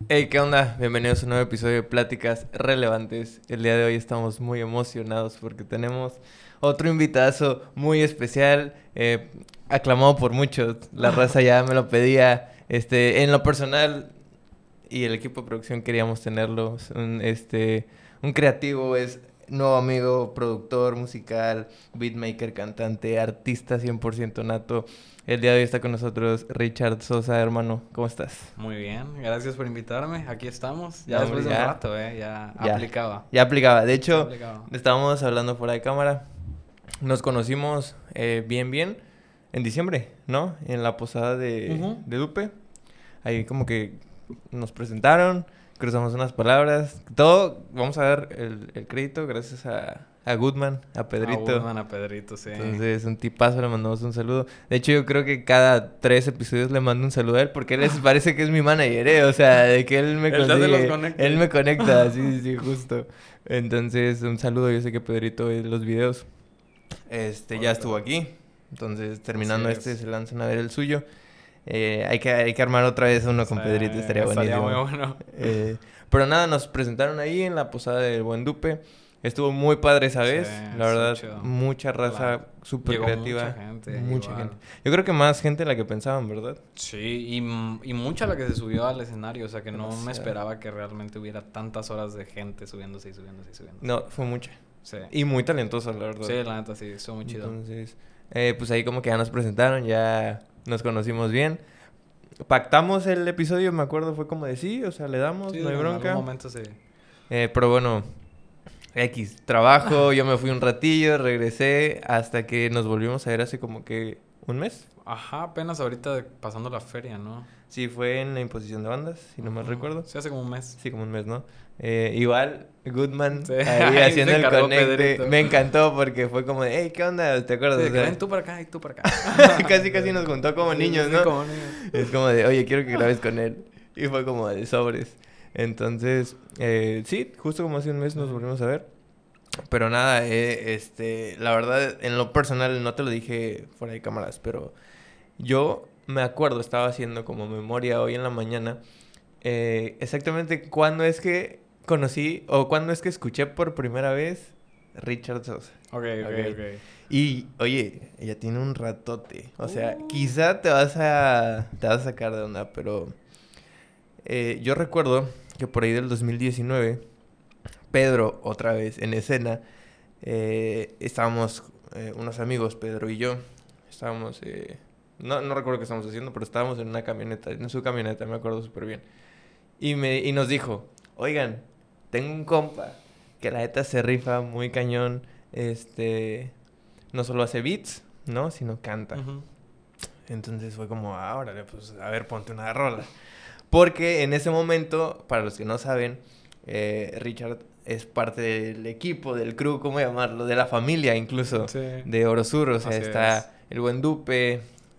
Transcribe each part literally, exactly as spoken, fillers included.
Hey, ¿qué onda? Bienvenidos a un nuevo episodio de Pláticas Relevantes. El día de hoy estamos muy emocionados porque tenemos otro invitazo muy especial, eh, aclamado por muchos. La raza ya me lo pedía. Este, en lo personal y el equipo de producción queríamos tenerlo. Es Un, este, un creativo, es nuevo amigo, productor musical, beatmaker, cantante, artista cien por ciento nato. El día de hoy está con nosotros Richard Sosa, hermano. ¿Cómo estás? Muy bien, gracias por invitarme. Aquí estamos. Ya No, después hombre, de un ya. rato, ¿eh? Ya Ya, aplicaba. ya aplicaba. De Ya hecho, aplicaba. estábamos hablando fuera de cámara. Nos conocimos eh, bien, bien en diciembre, ¿no? En la posada de, Ujú. de Dupe. Ahí como que nos presentaron, cruzamos unas palabras. Todo, vamos a dar el, el crédito gracias a, a Goodman, a A Pedrito. Woodman, a Pedrito, sí. Entonces, un tipazo, le mandamos un saludo. De hecho, yo creo que cada tres episodios le mando un saludo a él porque él es, parece que es mi manager, ¿eh? O sea, de que él me Él te hace los consigue, conectes. él me conecta, sí, sí, sí, justo. Entonces, un saludo, yo sé que Pedrito ve los videos. Este, ya Hola, estuvo Pedro. aquí. Entonces, terminando Así este, es. se lanzan a ver el suyo. Eh, hay que, hay que armar otra vez uno con Sí, Pedrito, estaría estaría muy buenísimo. bueno. Eh, pero nada, nos presentaron ahí en la posada del Buen Dupe. Estuvo muy padre esa Sí, vez. La estuvo verdad, chido. mucha raza La... súper Llegó creativa. mucha gente, Mucha igual. gente. Yo creo que más gente de la que pensaban, ¿verdad? Sí, y, m- y mucha la que se subió al escenario. O sea que no me Demasiado. esperaba que realmente hubiera tantas horas de gente subiéndose y subiéndose y subiéndose. No, fue mucha. Sí. Y muy talentosa, la verdad. Sí, la neta sí, estuvo muy chido. Entonces, eh, pues ahí como que ya nos presentaron, ya nos conocimos bien. Pactamos el episodio, me acuerdo, fue como de sí, o sea, le damos, Sí, no hay en algún bronca. momento sí. Eh, pero bueno, X, trabajo, yo me fui un ratillo, regresé hasta que nos volvimos a ver hace como que un mes. Ajá, apenas ahorita pasando la feria, ¿no? Sí, fue en la imposición de bandas, si no mal Ujú. recuerdo. Sí, hace como un mes. Sí, como un mes, ¿no? Eh, igual, Goodman Sí, ahí ahí haciendo se el encargó conecte. Pedrito. Me encantó porque fue como de, hey, ¿qué onda? ¿Te acuerdas? Sí, O de que sea, ven tú para acá y tú para acá. casi casi nos juntó como Sí, niños, sí, sí, ¿no? como niños. Es como de, oye, quiero que grabes con él. Y fue como de sobres. Entonces, eh, sí, justo como hace un mes nos volvimos a ver. Pero nada, eh, este, la verdad, en lo personal, no te lo dije fuera de cámaras, pero yo me acuerdo, estaba haciendo como memoria hoy en la mañana, eh, exactamente cuándo es que conocí o cuándo es que escuché por primera vez Richard Sosa. Ok, ok, Ok. ok. Y, oye, ella tiene un ratote. O sea, Uh. quizá te vas a, te vas a sacar de onda, pero eh, yo recuerdo que por ahí del dos mil diecinueve, Pedro, otra vez en escena, eh, estábamos eh, unos amigos, Pedro y yo, estábamos, eh, no, no recuerdo qué estábamos haciendo, pero estábamos en una camioneta, en su camioneta, me acuerdo súper bien. Y, me, y nos dijo, oigan, tengo un compa que la neta se rifa muy cañón, este, no solo hace beats, ¿no? Sino canta. Ujú. Entonces fue como, ah, órale, pues a ver, ponte una rola. Porque en ese momento, para los que no saben, eh, Richard es parte del equipo, del crew, ¿cómo llamarlo? De la familia incluso, Sí. de Orosur. O sea, Así está es. el buen Dupe,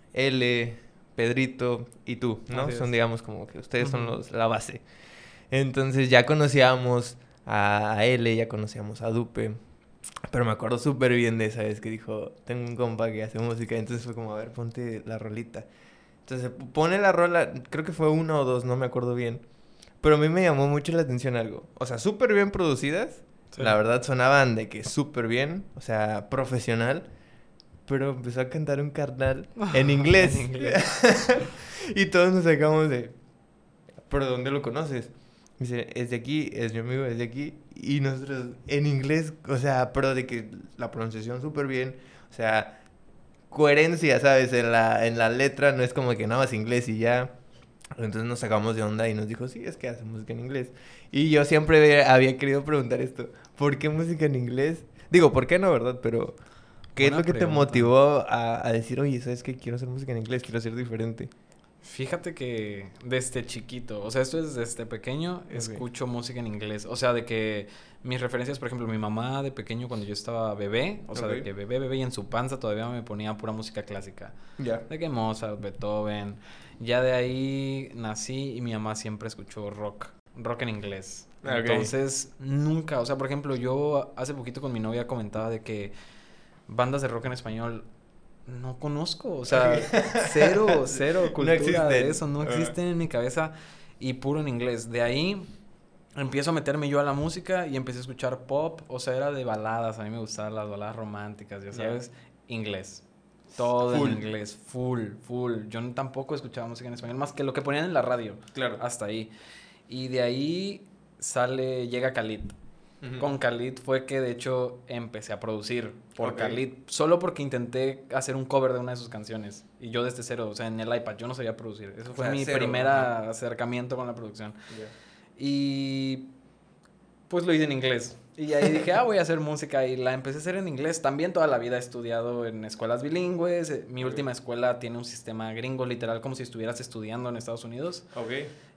L, Pedrito y tú, ¿no? Así Son, es. digamos, como que ustedes son Ujú. los, la base. Entonces ya conocíamos a, a L, ya conocíamos a Dupe. Pero me acuerdo súper bien de esa vez que dijo, tengo un compa que hace música. Entonces fue como, a ver, ponte la rolita. Entonces pone la rola, creo que fue una o dos, no me acuerdo bien. Pero a mí me llamó mucho la atención algo. O sea, súper bien producidas. Sí. La verdad sonaban de que súper bien. O sea, profesional. Pero empezó a cantar un carnal en inglés. En inglés. Y todos nos sacamos de... ¿Pero dónde lo conoces? Dice, es de aquí, es mi amigo, es de aquí. Y nosotros en inglés, o sea, pero de que la pronunciación súper bien. O sea, coherencia, ¿sabes? En la, en la letra no es como que nada más inglés y ya. Entonces nos sacamos de onda y nos dijo, sí, es que hace música en inglés. Y yo siempre había, había querido preguntar esto, ¿por qué música en inglés? Digo, ¿por qué no, verdad? Pero, ¿qué es Buena lo que te pregunta. motivó a, a decir, oye, ¿sabes qué? Quiero hacer música en inglés, quiero ser diferente. Fíjate que desde chiquito, o sea, esto es desde pequeño, Ok. escucho música en inglés. O sea, de que mis referencias, por ejemplo, mi mamá de pequeño cuando yo estaba bebé, o sea, Ok. de que bebé, bebé y en su panza todavía me ponía pura música clásica. Ya. De que Mozart, Beethoven. Ya de ahí nací y mi mamá siempre escuchó rock, rock en inglés. Ok. Entonces, nunca, o sea, por ejemplo, yo hace poquito con mi novia comentaba de que bandas de rock en español no conozco, o sea, cero, cero No cultura de existen. eso, no Ah. existen en mi cabeza. y puro en inglés. De ahí empiezo a meterme yo a la música y empecé a escuchar pop, o sea, era de baladas, a mí me gustaban las baladas románticas, ya sabes, yeah. Inglés. Todo full. En inglés, full, full. Yo no, tampoco escuchaba música en español, más que lo que ponían en la radio. Claro. Hasta ahí. Y de ahí sale, llega Khalid. Uh-huh. Con Khalid fue que de hecho empecé a producir por okay. Khalid. Solo porque intenté hacer un cover de una de sus canciones. Y yo desde cero, o sea, en el iPad, yo no sabía producir. Eso fue o sea, mi primer uh-huh. acercamiento con la producción. Yeah. Y pues lo hice en inglés. Y ahí dije, ah, voy a hacer música. Y la empecé a hacer en inglés. También toda la vida he estudiado en escuelas bilingües. Mi okay. última escuela tiene un sistema gringo, literal, como si estuvieras estudiando en Estados Unidos. Ok.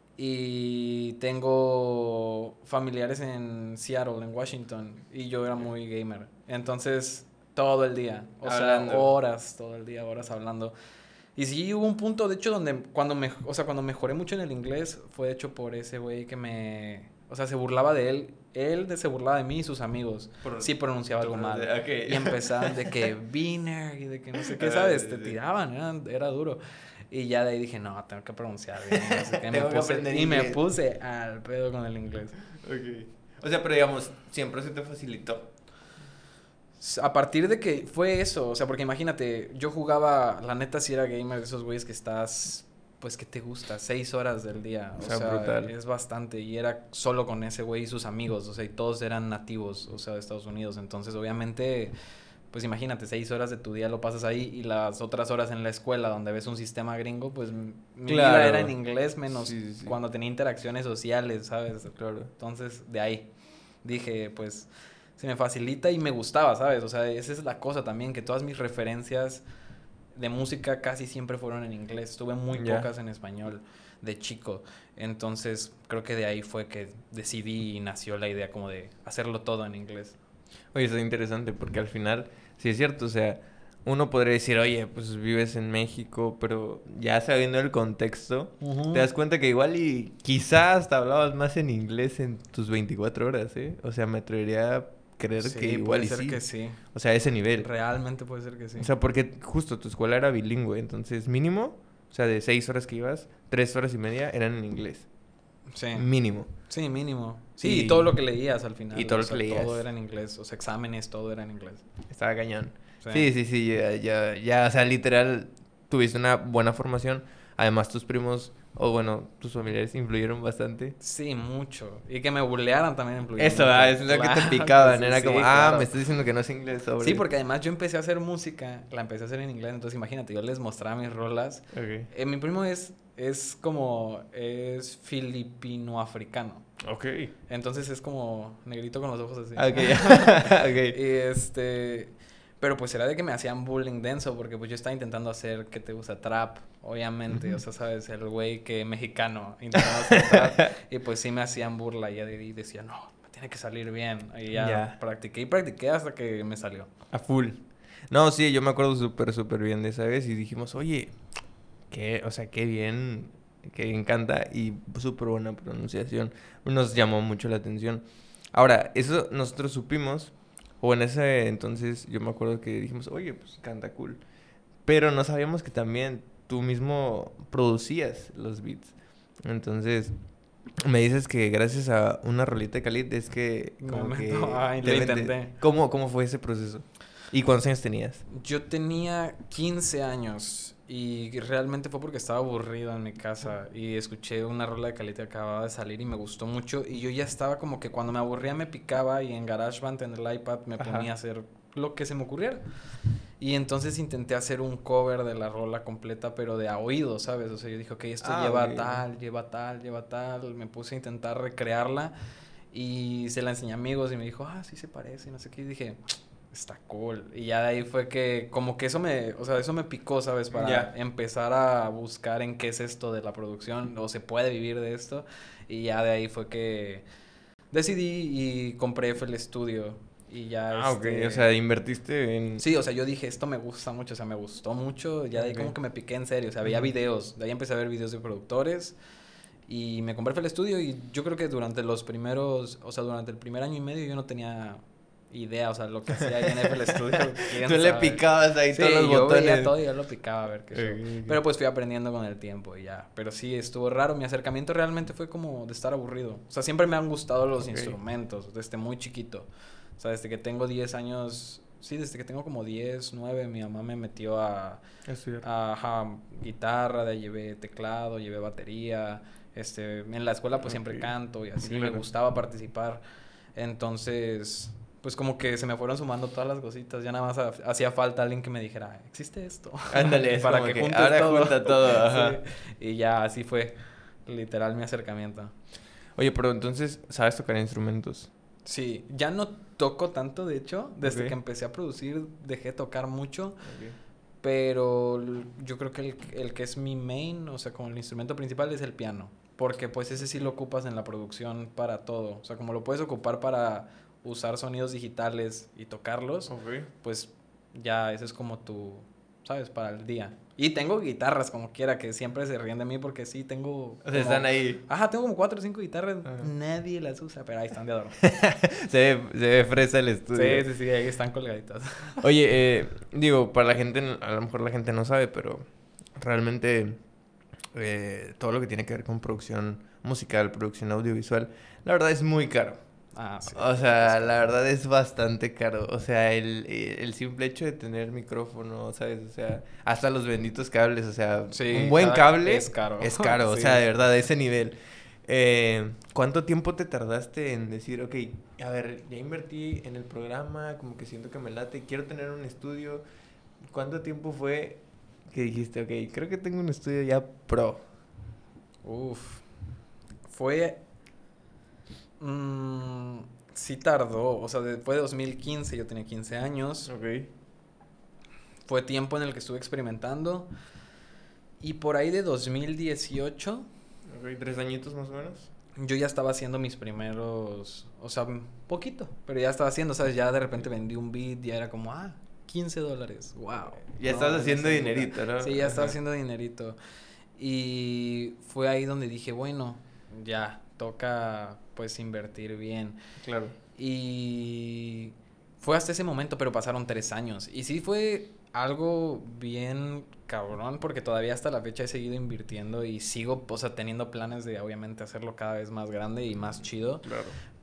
Y tengo familiares en Seattle, en Washington. Y yo era muy gamer. Entonces, todo el día. O hablando. sea, horas, todo el día, horas hablando. Y sí hubo un punto, de hecho, donde cuando me, o sea, cuando mejoré mucho en el inglés, fue hecho por ese güey que me... O sea, se burlaba de él. Él se burlaba de mí y sus amigos. Por, sí pronunciaba algo mal. Okay. Y empezaban de que Wiener y de que no sé qué, ¿sabes? Te tiraban, era, era duro. Y ya de ahí dije, no, tengo que pronunciar bien. No sé qué. me puse, y inglés. me puse al pedo con el inglés. Okay. O sea, pero digamos, siempre se te facilitó. A partir de que fue eso, o sea, porque imagínate, yo jugaba, la neta sí era gamer de esos güeyes que estás... Pues, ¿qué te gusta? Seis horas del día. O, o sea, sea brutal. Es bastante. Y era solo con ese güey y sus amigos. O sea, y todos eran nativos, o sea, de Estados Unidos. Entonces, obviamente, pues imagínate, seis horas de tu día lo pasas ahí y las otras horas en la escuela donde ves un sistema gringo, pues mi claro. vida era en inglés menos sí, sí. cuando tenía interacciones sociales, ¿sabes? Claro. Entonces, de ahí dije, pues, se me facilita y me gustaba, ¿sabes? O sea, esa es la cosa también, que todas mis referencias... de música casi siempre fueron en inglés. Tuve muy yeah. pocas en español de chico. Entonces, creo que de ahí fue que decidí y nació la idea como de hacerlo todo en inglés. Oye, eso es interesante porque al final, sí es cierto, o sea, uno podría decir, oye, pues vives en México, pero ya sabiendo el contexto, uh-huh. te das cuenta que igual y quizás hasta hablabas más en inglés en tus veinticuatro horas, ¿eh? O sea, me atrevería a creer sí, que igual y puede ser sí. que sí. O sea, a ese nivel. Realmente puede ser que sí. O sea, porque justo tu escuela era bilingüe, entonces mínimo, o sea, de seis horas que ibas, tres horas y media eran en inglés. Sí. Mínimo. Sí, mínimo. Sí, y, y todo lo que leías al final. Y todo o lo sea, que leías. Todo era en inglés, o sea, exámenes, todo era en inglés. Estaba cañón. Sí, sí, sí, sí ya, ya, ya, o sea, literal, tuviste una buena formación. Además, tus primos... O bueno, tus familiares influyeron bastante. Sí, mucho. Y que me burlearan también influyó. Eso, mucho. Ah, es lo claro, que te picaban. Era sí, como, sí, ah, claro. me estás diciendo que no es inglés. Sobre. Sí, porque además yo empecé a hacer música, la empecé a hacer en inglés. Entonces, imagínate, yo les mostraba mis rolas. Okay. Eh, mi primo es, es como, es filipino-africano. Ok. Entonces es como negrito con los ojos así. Ok, okay. Y este... Pero pues era de que me hacían bullying denso, porque pues yo estaba intentando hacer, ¿qué te gusta? Trap, obviamente, uh-huh. o sea, ¿sabes? El güey que mexicano intentando hacer trap, y pues sí me hacían burla, y ahí decía, no, me tiene que salir bien, y ya yeah. practiqué y practiqué hasta que me salió. A full. No, sí, yo me acuerdo súper, súper bien de esa vez, y dijimos, oye, qué, o sea, qué bien, que encanta, y súper buena pronunciación, nos llamó mucho la atención. Ahora, eso nosotros supimos... O en ese entonces yo me acuerdo que dijimos, oye, pues canta cool. Pero no sabíamos que también tú mismo producías los beats. Entonces, me dices que gracias a una rolita de Khalid es que... Como no, que no, ay, lo intenté. ¿Cómo, ¿Cómo fue ese proceso? ¿Y cuántos años tenías? Yo tenía quince años. Y realmente fue porque estaba aburrido en mi casa y escuché una rola de Khalid que acababa de salir y me gustó mucho. Y yo ya estaba como que cuando me aburría me picaba y en GarageBand, en el iPad, me Ajá. ponía a hacer lo que se me ocurriera. Y entonces intenté hacer un cover de la rola completa, pero de a oído, ¿sabes? O sea, yo dije, ok, esto ah, lleva okay. tal, lleva tal, lleva tal. Me puse a intentar recrearla y se la enseñé a amigos y me dijo, ah, sí se parece, y no sé qué. Y dije... está cool. Y ya de ahí fue que como que eso me, o sea, eso me picó, ¿sabes? Para yeah. empezar a buscar en qué es esto de la producción o se puede vivir de esto. Y ya de ahí fue que decidí y compré F L Studio y ya Ah, este... ok. O sea, invertiste en... Sí, o sea, yo dije, esto me gusta mucho, o sea, me gustó mucho. Ya de ahí okay. como que me piqué en serio, o sea, veía uh-huh. videos. De ahí empecé a ver videos de productores y me compré F L Studio y yo creo que durante los primeros, o sea, durante el primer año y medio yo no tenía... idea, o sea, lo que hacía ahí en F L Studio. Tú le picabas ahí sí, todos los yo botones. veía todo y yo lo picaba a ver qué show. Okay, okay. Pero pues fui aprendiendo con el tiempo y ya. Pero sí, estuvo raro. Mi acercamiento realmente fue como de estar aburrido. O sea, siempre me han gustado los okay. instrumentos desde muy chiquito. O sea, desde que tengo diez años... Sí, desde que tengo como diez, nueve, mi mamá me metió a... a, a guitarra, de ahí llevé teclado, llevé batería... Este, en la escuela pues okay. siempre canto y así, claro. me gustaba participar. Entonces, pues como que se me fueron sumando todas las cositas. Ya nada más ha, hacía falta alguien que me dijera, ¿existe esto? Ándale, para que, que juntes ahora todo. junta todo. Ajá. Sí. Y ya así fue literal mi acercamiento. Oye, pero entonces, ¿sabes tocar instrumentos? Sí, ya no toco tanto, de hecho. Desde okay. que empecé a producir dejé de tocar mucho. Okay. Pero yo creo que el, el que es mi main, o sea, como el instrumento principal es el piano. Porque pues ese sí lo ocupas en la producción para todo. O sea, como lo puedes ocupar para usar sonidos digitales y tocarlos, okay. pues ya ese es como tu, ¿sabes? Para el día. Y tengo guitarras como quiera, que siempre se ríen de mí porque sí tengo... O sea, como... están ahí. Ajá, tengo como cuatro o cinco guitarras. Ajá. Nadie las usa, pero ahí están de adorno. se, ve, se ve fresa el estudio. Sí, sí, sí, ahí están colgaditas. Oye, eh, digo, para la gente, a lo mejor la gente no sabe, pero realmente... Eh, todo lo que tiene que ver con producción musical, producción audiovisual, la verdad es muy caro. Ah, sí. O sea, la verdad es bastante caro. O sea, el, el simple hecho de tener micrófono, ¿sabes? O sea, hasta los benditos cables, o sea, sí, un buen cable es caro. Es caro, sí. O sea, de verdad, a ese nivel. Eh, ¿Cuánto tiempo te tardaste en decir, ok, a ver, ya invertí en el programa, como que siento que me late, quiero tener un estudio? ¿Cuánto tiempo fue que dijiste, ok, creo que tengo un estudio ya pro? Uf, fue... Mmm, sí tardó, o sea, fue de dos mil quince, yo tenía quince años. Ok. Fue tiempo en el que estuve experimentando. Y por ahí de dos mil dieciocho... Ok, tres añitos más o menos. Yo ya estaba haciendo mis primeros... O sea, poquito, pero ya estaba haciendo, ¿sabes? Ya de repente vendí un beat, ya era como, ah... quince dólares, wow. Ya no, estás haciendo dinerito, ¿no? Sí, ya estaba haciendo dinerito. Y fue ahí donde dije, bueno, ya, toca pues invertir bien. Claro. Y fue hasta ese momento, pero pasaron tres años. Y sí fue algo bien cabrón, porque todavía hasta la fecha he seguido invirtiendo y sigo, o sea, teniendo planes de obviamente hacerlo cada vez más grande y más chido. Claro.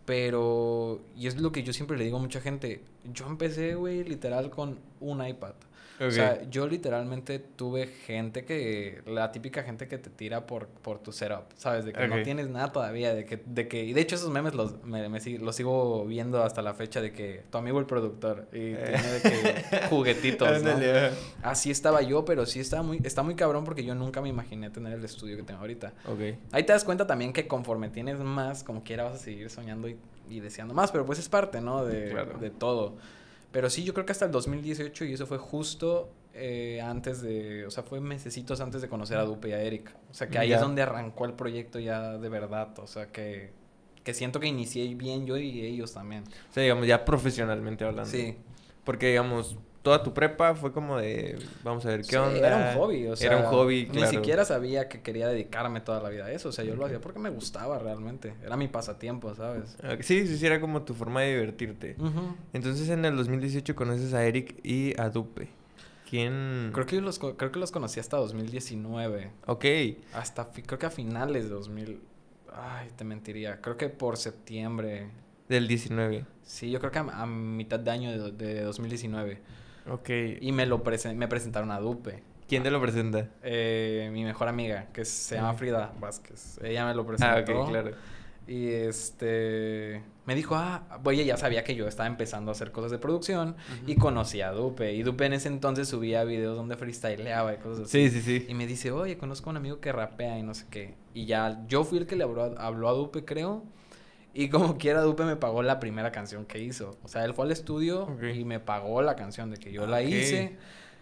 Pero, y es lo que yo siempre le digo a mucha gente, yo empecé, güey, literal con un iPad. Okay. O sea, yo literalmente tuve gente que, la típica gente que te tira por, por tu setup, ¿sabes? De que okay. no tienes nada todavía, de que, de que, y de hecho esos memes los, me, me, los sigo viendo hasta la fecha de que tu amigo el productor, y eh. tiene de que juguetitos, ¿no? Así estaba yo, pero sí estaba muy, está muy cabrón porque yo nunca me imaginé tener el estudio que tengo ahorita. Okay. Ahí te das cuenta también que conforme tienes más, como quiera vas a seguir soñando y, y deseando más, pero pues es parte, ¿no? De, claro. de todo. Pero sí, yo creo que hasta el dos mil dieciocho, y eso fue justo eh, antes de... O sea, fue mesecitos antes de conocer a Dupe y a Eric. O sea, que ahí ya. es donde arrancó el proyecto ya de verdad. O sea, que, que siento que inicié bien yo y ellos también. O sea, digamos, ya profesionalmente hablando. Sí. Porque, digamos, toda tu prepa fue como de... Vamos a ver, ¿qué sí, onda? Era un hobby, o sea... Era un hobby, claro. Ni siquiera sabía que quería dedicarme toda la vida a eso. O sea, yo lo hacía porque me gustaba realmente. Era mi pasatiempo, ¿sabes? Sí, sí, sí, era como tu forma de divertirte. Uh-huh. Entonces, en el dos mil dieciocho conoces a Eric y a Dupe. ¿Quién...? Creo que los, creo que los conocí hasta dos mil diecinueve. Ok. Hasta, creo que a finales de dos mil... Ay, te mentiría. Creo que por septiembre. Del diecinueve. Sí, yo creo que a, a mitad de año de, de dos mil diecinueve. Ok. Y me lo presen- me presentaron a Dupe. ¿Quién te lo presenta? Eh, mi mejor amiga, que se llama Frida Vázquez. Ella me lo presentó. Ah, ok, claro. Y este... Me dijo, ah... Oye, ya sabía que yo estaba empezando a hacer cosas de producción. Uh-huh. Y conocí a Dupe. Y Dupe en ese entonces subía videos donde freestyleaba y cosas así. Sí, sí, sí. Y me dice, oye, conozco a un amigo que rapea y no sé qué. Y ya... Yo fui el que le habló a, habló a Dupe, creo... Y como quiera, Dupe me pagó la primera canción que hizo. O sea, él fue al estudio okay. y me pagó la canción de que yo la okay. hice.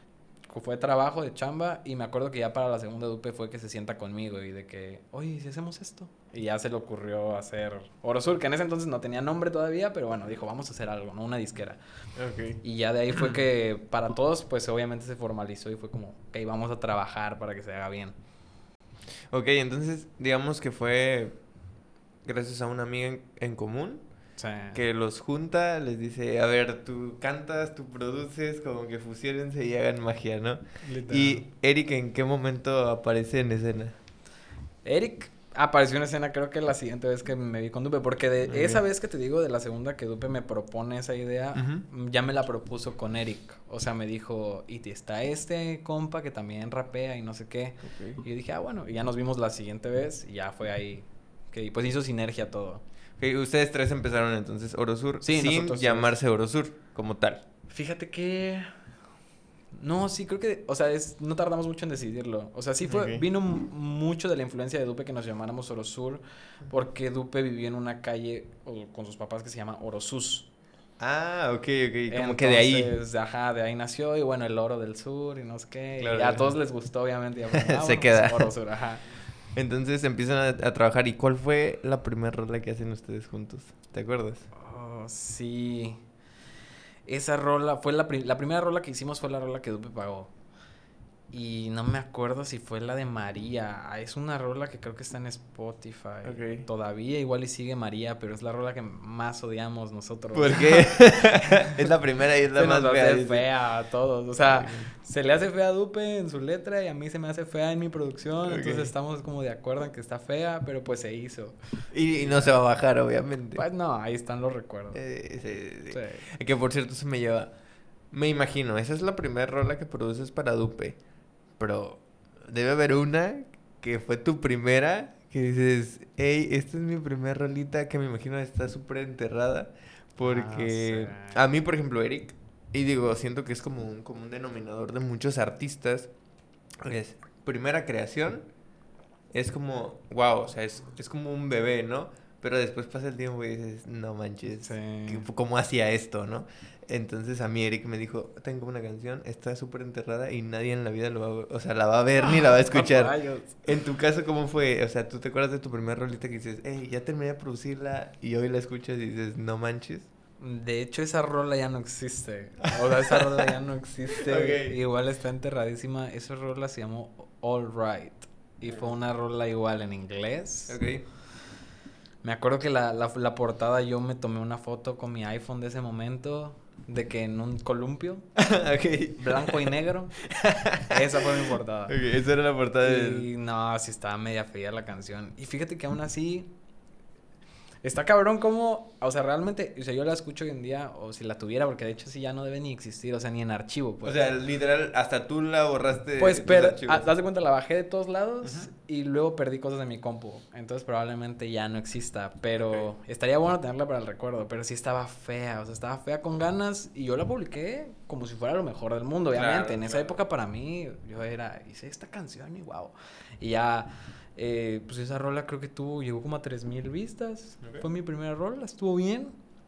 Fue trabajo de chamba. Y me acuerdo que ya para la segunda Dupe fue que se sienta conmigo. Y de que, oye, ¿si hacemos esto? Y ya se le ocurrió hacer Oro Sur, que en ese entonces no tenía nombre todavía. Pero bueno, dijo, vamos a hacer algo, ¿no? Una disquera. Okay. Y ya de ahí fue que para todos, pues obviamente se formalizó. Y fue como, ok, vamos a trabajar para que se haga bien. Ok, entonces digamos que fue... Gracias a una amiga en, en común. Sí. Que los junta, les dice, a ver, tú cantas, tú produces, como que fusiónense y hagan magia, ¿no? Literal. Y Eric, ¿en qué momento aparece en escena? Eric apareció en escena creo que la siguiente vez que me vi con Dupe, porque de Ok. esa vez que te digo, de la segunda que Dupe me propone esa idea, Ujú. ya me la propuso con Eric. O sea, me dijo, y está este compa que también rapea y no sé qué. Ok. Y yo dije, ah, bueno, y ya nos vimos la siguiente vez y ya fue ahí que pues hizo sinergia todo. Ok, ustedes tres empezaron entonces Orosur Sí, sin nosotros tres. llamarse Orosur como tal. Fíjate que... No, sí, creo que, o sea, es, no tardamos mucho en decidirlo. O sea, sí fue, Ok. vino m- mucho de la influencia de Dupe que nos llamáramos Orosur, porque Dupe vivió en una calle o, con sus papás que se llama Orosus. Ah, ok, ok, como Entonces, que de ahí. ajá, de ahí nació, y bueno, el oro del sur, y no sé qué. Claro, y a claro. todos les gustó, obviamente, y ya fue, ah, Se bueno, queda. pues Orosur, ajá. Entonces empiezan a, a trabajar. ¿Y cuál fue la primera rola que hacen ustedes juntos? ¿Te acuerdas? Oh, sí. Esa rola, fue la, pri- la primera rola que hicimos fue la rola que Dupe pagó. Y no me acuerdo si fue la de María. Ah, es una rola que creo que está en Spotify. Ok. Todavía igual y sigue María, pero es la rola que más odiamos nosotros. ¿Por qué? Es la primera y es la Se más nos fea. hace dice. fea a todos. O sea, se le hace fea a Dupe en su letra y a mí se me hace fea en mi producción. Ok. Entonces estamos como de acuerdo en que está fea, pero pues se hizo. Y, y no se va a bajar, obviamente. Pues no, ahí están los recuerdos. Eh, sí, sí, sí. Sí. Que por cierto se me lleva. Me imagino, esa es la primera rola que produces para Dupe. Pero debe haber una que fue tu primera. Que dices, hey, esta es mi primera rolita. Que me imagino está súper enterrada. Porque Ah, sí. a mí, por ejemplo, Eric. Y digo, siento que es como un común denominador de muchos artistas. Es primera creación. Es como, wow, o sea, es, es como un bebé, ¿no? Pero después pasa el tiempo y dices, no manches, Sí. ¿qué- ¿cómo hacía esto, no? Entonces a mí Eric me dijo, tengo una canción, está súper enterrada y nadie en la vida lo va a, ver- o sea, la va a ver ni la va a escuchar. Rayos. En tu caso, ¿cómo fue? O sea, ¿tú te acuerdas de tu primera rolita que dices, hey, ya terminé de producirla y hoy la escuchas y dices, no manches? De hecho, esa rola ya no existe. O sea, esa rola ya no existe. Ok. Igual está enterradísima. Esa rola se llamó All Right. Y fue una rola igual en inglés. Ok. Me acuerdo que la, la, la portada yo me tomé una foto con mi iPhone de ese momento. De que en un columpio, Ok. blanco y negro. Esa fue mi portada. Ok, esa era la portada del... Y no, sí estaba media fea la canción. Y fíjate que aún así... Está cabrón como, o sea, realmente, o sea, yo la escucho hoy en día, o si la tuviera, porque de hecho sí ya no debe ni existir, o sea, ni en archivo, pues. O sea, literal, hasta tú la borraste. Pues, de tus pero, archivos. ah, haz de cuenta, la bajé de todos lados Ujú. y luego perdí cosas de mi compu. Entonces probablemente ya no exista, pero Ok. estaría bueno tenerla para el recuerdo, pero sí estaba fea, o sea, estaba fea con ganas y yo la publiqué como si fuera lo mejor del mundo, obviamente. Claro, en esa claro. época para mí, yo era, hice esta canción y wow. Y ya... Eh, pues esa rola creo que tuvo, llegó como a tres mil vistas. Ok. Fue mi primera rola, estuvo bien.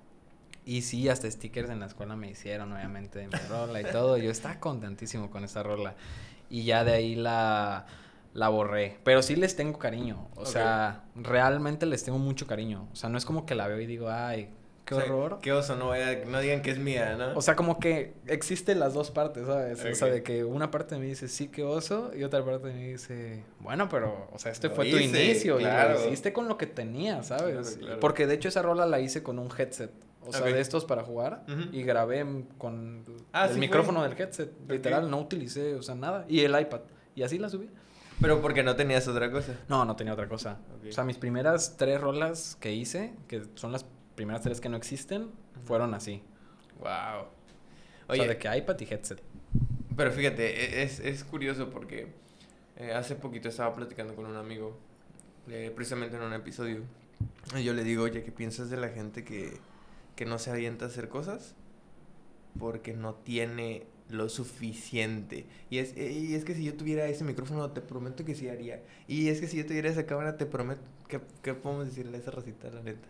Y sí, hasta stickers en la escuela me hicieron, obviamente, de mi rola y todo. Yo estaba contentísimo con esa rola. Y ya de ahí la, la borré. Pero sí les tengo cariño. O Ok. sea, realmente les tengo mucho cariño. O sea, no es como que la veo y digo, ay, qué O sea, horror. qué oso, no, vaya- no digan que es mía, ¿no? O sea, como que existen las dos partes, ¿sabes? O sea, Ok. de que una parte me dice, sí, qué oso, y otra parte me dice, bueno, pero, o sea, este Lo fue tu hice, inicio, y claro. lo hiciste con lo que tenías, ¿sabes? Claro, claro. Porque de hecho esa rola la hice con un headset, o sea, Ok. de estos para jugar, Ujú. y grabé m- con Ah, el ¿sí micrófono fue? del headset, literal, no utilicé, o sea, nada, y el iPad, y así la subí. Pero porque no tenías otra cosa. No, no tenía otra cosa. Ok. O sea, mis primeras tres rolas que hice, que son las primeras tres que no existen, fueron así. Wow. O sea, de que iPad y headset. Pero fíjate, e- es, es curioso porque eh, hace poquito estaba platicando con un amigo, eh, precisamente en un episodio. Y yo le digo, oye, ¿qué piensas de la gente que, que no se avienta a hacer cosas? Porque no tiene lo suficiente. Y es, eh, y es que si yo tuviera ese micrófono, te prometo que sí haría. Y es que si yo tuviera esa cámara, te prometo... ¿Qué, qué podemos decirle a esa racita, la neta?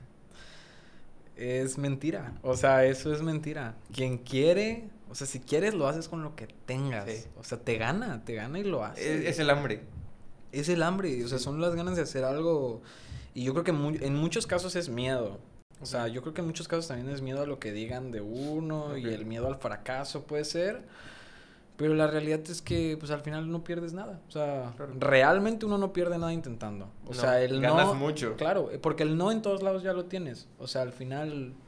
Es mentira. O sea, eso es mentira. Quien quiere, o sea, si quieres lo haces con lo que tengas. Sí. O sea, te gana, te gana y lo haces. Es, es el hambre. Es el hambre, o sea, son las ganas de hacer algo. Y yo creo que mu- en muchos casos es miedo. O sea, yo creo que en muchos casos también es miedo a lo que digan de uno y Ok. el miedo al fracaso puede ser. Pero la realidad es que, pues, al final no pierdes nada. O sea, Claro. realmente uno no pierde nada intentando. O No, sea, el ganas no... mucho. Claro, porque el no en todos lados ya lo tienes. O sea, al final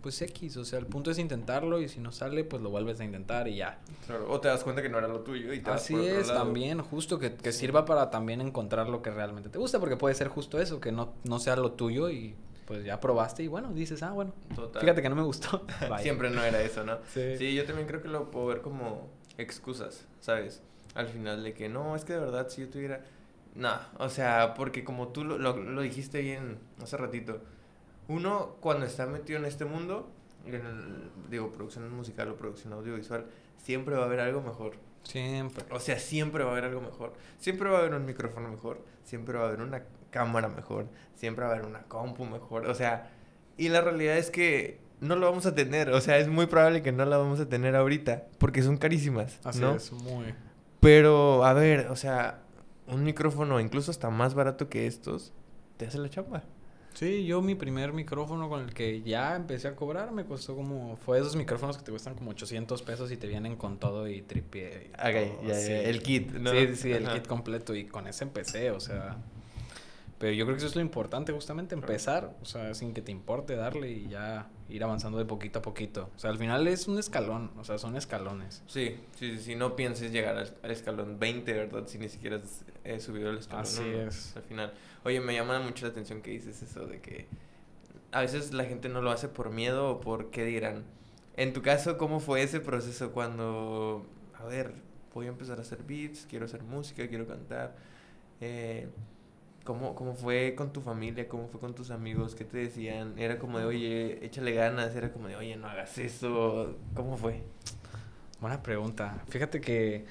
pues X, o sea, el punto es intentarlo y si no sale, pues lo vuelves a intentar y ya. Claro, o te das cuenta que no era lo tuyo y te vas Así por otro es, lado. también, justo, que, que Sí. sirva para también encontrar lo que realmente te gusta, porque puede ser justo eso, que no, no sea lo tuyo y pues ya probaste y bueno, dices, ah, bueno, Total. fíjate que no me gustó. Bye. Siempre no era eso, ¿no? Sí. Sí, yo también creo que lo puedo ver como excusas, ¿sabes? Al final de que no, es que de verdad si yo tuviera... No, o sea, porque como tú lo, lo, lo dijiste bien hace ratito, uno cuando está metido en este mundo, en el, digo, producción musical o producción audiovisual, siempre va a haber algo mejor. Siempre. O sea, siempre va a haber algo mejor. Siempre va a haber un micrófono mejor, siempre va a haber una cámara mejor, siempre va a haber una compu mejor. O sea, y la realidad es que no lo vamos a tener. O sea, es muy probable que no la vamos a tener ahorita, porque son carísimas, Así ¿no? es, muy. Pero, a ver, o sea, un micrófono incluso hasta más barato que estos, te hace la chamba. Sí, yo mi primer micrófono con el que ya empecé a cobrar me costó como... Fue esos micrófonos que te cuestan como ochocientos pesos y te vienen con todo y tripié. Y Ok, todo, ya, sí. ya, el kit, ¿no? Sí, sí, el Ajá. kit completo y con ese empecé, o sea... Pero yo creo que eso es lo importante, justamente empezar, o sea, sin que te importe darle y ya ir avanzando de poquito a poquito. O sea, al final es un escalón, o sea, son escalones. Sí, sí, sí, sí, no pienses llegar al, al escalón veinte, ¿verdad? Si ni siquiera has eh, subido el escalón Así uno, es. al final. Oye, me llama mucho la atención que dices eso de que a veces la gente no lo hace por miedo o por qué dirán. En tu caso, ¿cómo fue ese proceso cuando, a ver, voy a empezar a hacer beats, quiero hacer música, quiero cantar? Eh, ¿cómo, ¿Cómo fue con tu familia? ¿Cómo fue con tus amigos? ¿Qué te decían? Era como de, oye, échale ganas, era como de, oye, no hagas eso. ¿Cómo fue? Buena pregunta. Fíjate que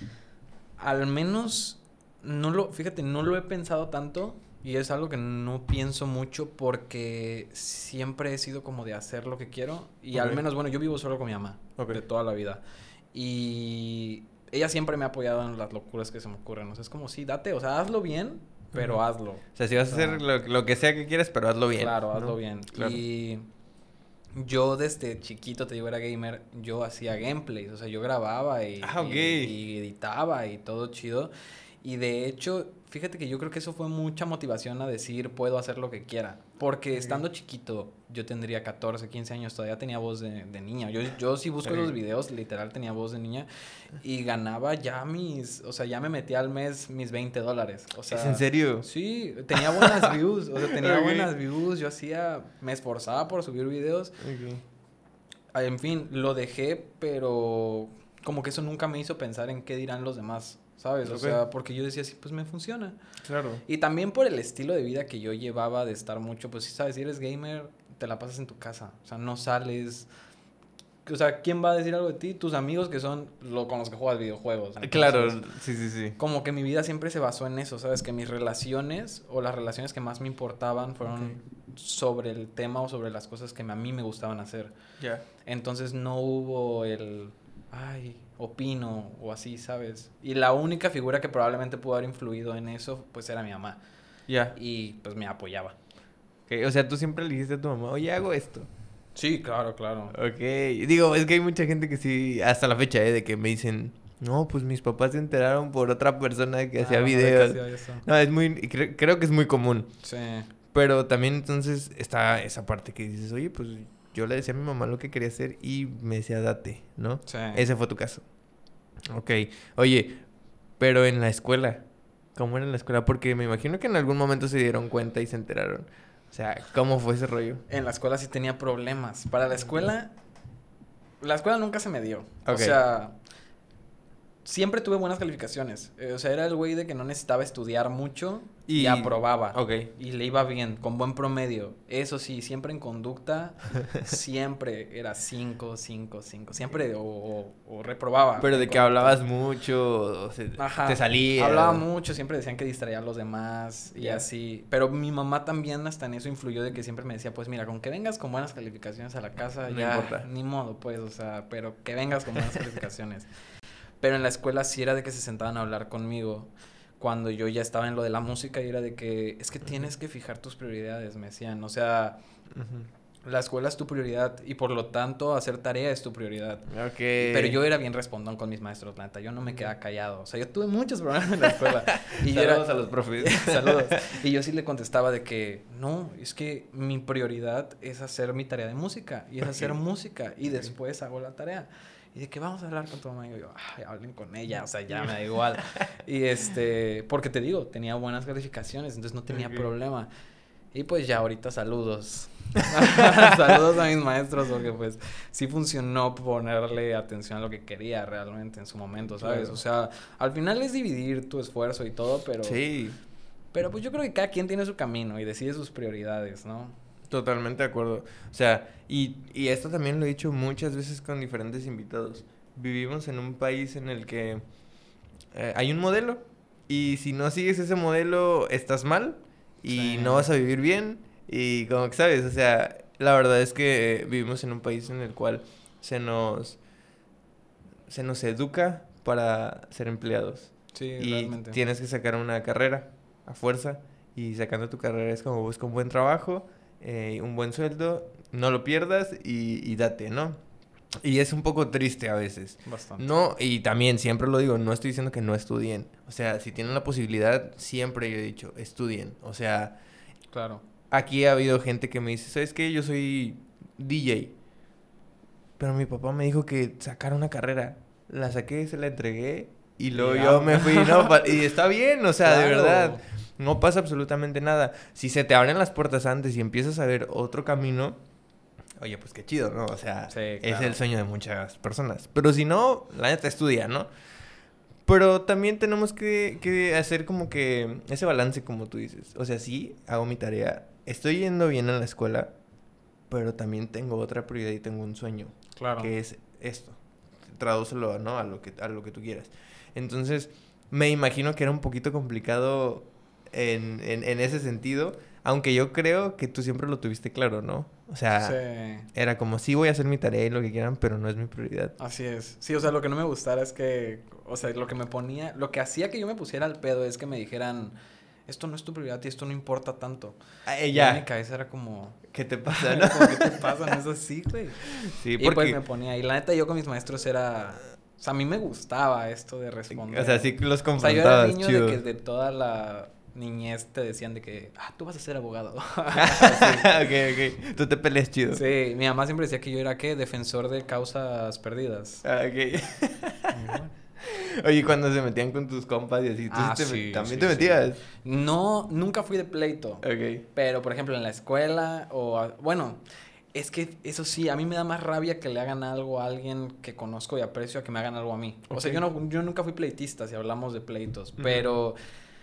al menos no lo, fíjate, no lo he pensado tanto y es algo que no pienso mucho porque siempre he sido como de hacer lo que quiero y Ok. al menos, bueno, yo vivo solo con mi mamá Ok. de toda la vida y ella siempre me ha apoyado en las locuras que se me ocurren. O sea, es como, sí, date, o sea, hazlo bien, pero Ujú. hazlo. O sea, si vas O a sea, hacer lo, lo que sea que quieras, pero hazlo bien. Claro, ¿no? hazlo bien. Claro. Y yo desde chiquito, te digo, era gamer, yo hacía gameplays, o sea, yo grababa y, Ah, ok. y, y editaba y todo chido. Y de hecho, fíjate que yo creo que eso fue mucha motivación a decir, puedo hacer lo que quiera. Porque Ok. estando chiquito, yo tendría catorce, quince años, todavía tenía voz de, de niña. Yo, yo sí busco Ok. los videos, literal tenía voz de niña. Y ganaba ya mis, o sea, ya me metía al mes mis veinte dólares. O sea, ¿Es en serio? sí, tenía buenas views, o sea, tenía Ok. buenas views. Yo hacía, me esforzaba por subir videos. Ok. Ah, En fin, lo dejé, pero como que eso nunca me hizo pensar en qué dirán los demás, ¿sabes? O Ok. sea, porque yo decía, sí, pues me funciona. Claro. Y también por el estilo de vida que yo llevaba de estar mucho, pues sí, sabes, si eres gamer, te la pasas en tu casa, o sea, no sales. O sea, ¿quién va a decir algo de ti? Tus amigos que son lo con los que juegas videojuegos. Entonces, Claro, sí, sí, sí. como que mi vida siempre se basó en eso, ¿sabes? Que mis relaciones o las relaciones que más me importaban fueron Ok. sobre el tema o sobre las cosas que a mí me gustaban hacer. Ya. Entonces no hubo el, ay, opino o así, ¿sabes? Y la única figura que probablemente pudo haber influido en eso, pues era mi mamá. Ya. Y pues me apoyaba. Ok, o sea, tú siempre le dijiste a tu mamá, oye, hago esto. Sí, claro, claro. Ok. Digo, es que hay mucha gente que sí, hasta la fecha, ¿eh? De que me dicen, no, pues mis papás se enteraron por otra persona que Ah, hacía bueno, de que videos. hacía eso. No, es muy, cre- creo que es muy común. Sí. Pero también entonces está esa parte que dices, oye, pues yo le decía a mi mamá lo que quería hacer y me decía, date, ¿no? Sí. Ese fue tu caso. Ok. Oye, pero en la escuela, ¿cómo era en la escuela? Porque me imagino que en algún momento se dieron cuenta y se enteraron. O sea, ¿cómo fue ese rollo? En la escuela sí tenía problemas. Para la escuela, la escuela nunca se me dio. Ok. O sea, siempre tuve buenas calificaciones. Eh, o sea, era el güey de que no necesitaba estudiar mucho y, Y- aprobaba. Ok. Y le iba bien, con buen promedio. Eso sí, siempre en conducta, siempre era cinco, cinco, cinco. Siempre o, o, o reprobaba. Pero en de que conducta. hablabas mucho, o se- Ajá. te salía. Hablaba mucho, siempre decían que distraía a los demás y Ya. así. Pero mi mamá también hasta en eso influyó de que siempre me decía, pues mira, con que vengas con buenas calificaciones a la casa, No ya, importa. ni modo, pues, o sea, pero que vengas con buenas calificaciones. Pero en la escuela sí era de que se sentaban a hablar conmigo cuando yo ya estaba en lo de la música y era de que, es que tienes que fijar tus prioridades, me decían. O sea, Ujú. la escuela es tu prioridad y por lo tanto hacer tarea es tu prioridad. Ok. Pero yo era bien respondón con mis maestros, la neta. Yo no me quedaba callado. O sea, yo tuve muchos problemas en la escuela. Y yo saludos era... a los profes. Saludos. Y yo sí le contestaba de que no, es que mi prioridad es hacer mi tarea de música. Y es Ok. hacer música. Y Ok. después hago la tarea. Y de que vamos a hablar con tu mamá. Y yo, ay, hablen con ella. O sea, ya me da igual. Y este, porque te digo, tenía buenas calificaciones. Entonces no tenía Ok. problema. Y pues ya ahorita saludos. Saludos a mis maestros porque pues sí funcionó ponerle atención a lo que quería realmente en su momento, ¿sabes? Claro. O sea, al final es dividir tu esfuerzo y todo, pero... Sí, Pero pues yo creo que cada quien tiene su camino y decide sus prioridades, ¿no? totalmente de acuerdo. O sea, y, y esto también lo he dicho muchas veces con diferentes invitados. Vivimos en un país en el que eh, hay un modelo y si no sigues ese modelo estás mal y Sí. no vas a vivir bien y como que sabes, o sea, la verdad es que eh, vivimos en un país en el cual se nos se nos educa para ser empleados Sí, y realmente. tienes que sacar una carrera a fuerza y sacando tu carrera es como busca un buen trabajo, eh, un buen sueldo, no lo pierdas y, y date, ¿no? Y es un poco triste a veces. Bastante. No, y también siempre lo digo, no estoy diciendo que no estudien. O sea, si tienen la posibilidad, siempre yo he dicho, estudien. O sea, Claro. aquí ha habido gente que me dice, ¿sabes qué? Yo soy D J. Pero mi papá me dijo que sacara una carrera. La saqué, se la entregué y luego Y yo ya. me fui, ¿no? Pa- Y está bien, o sea, de Claro. verdad. No pasa absolutamente nada. Si se te abren las puertas antes y empiezas a ver otro camino, oye, pues qué chido, ¿no? O sea, Sí, es claro. el sueño de muchas personas. Pero si no, la neta estudia, ¿no? Pero también tenemos que, que hacer como que ese balance, como tú dices. O sea, sí, hago mi tarea. Estoy yendo bien en la escuela, pero también tengo otra prioridad y tengo un sueño, Claro. que es esto. Tradúcelo, ¿no? A lo que, a lo que tú quieras. Entonces, me imagino que era un poquito complicado en, en, en ese sentido, aunque yo creo que tú siempre lo tuviste claro, ¿no? O sea, Sí. era como, sí voy a hacer mi tarea y lo que quieran, pero no es mi prioridad. Así es. Sí, o sea, lo que no me gustara es que, o sea, lo que me ponía, lo que hacía que yo me pusiera al pedo es que me dijeran, esto no es tu prioridad y esto no importa tanto. Ah, Y en mi ya, cabeza era como, ¿qué te pasa, no? como, ¿qué te pasa? No es así, güey. Sí, Y porque... pues me ponía, y la neta yo con mis maestros era, o sea, a mí me gustaba esto de responder. O sea, sí los O sea, yo era confrontabas, niño chido. de que de toda la niñez te decían de que, ah, tú vas a ser abogado. Ok, ok. Tú te peleas chido. Sí, mi mamá siempre decía que yo era, ¿qué? Defensor de causas perdidas. Ah, ok. Oye, cuando se metían con tus compas y así, ¿tú Ah, sí te met- sí, también sí, te sí. metías? No, nunca fui de pleito. Ok. Pero, por ejemplo, en la escuela o... a- Bueno, es que eso sí, a mí me da más rabia que le hagan algo a alguien que conozco y aprecio a que me hagan algo a mí. O sea, Ok. yo, no, yo nunca fui pleitista si hablamos de pleitos, Ujú. pero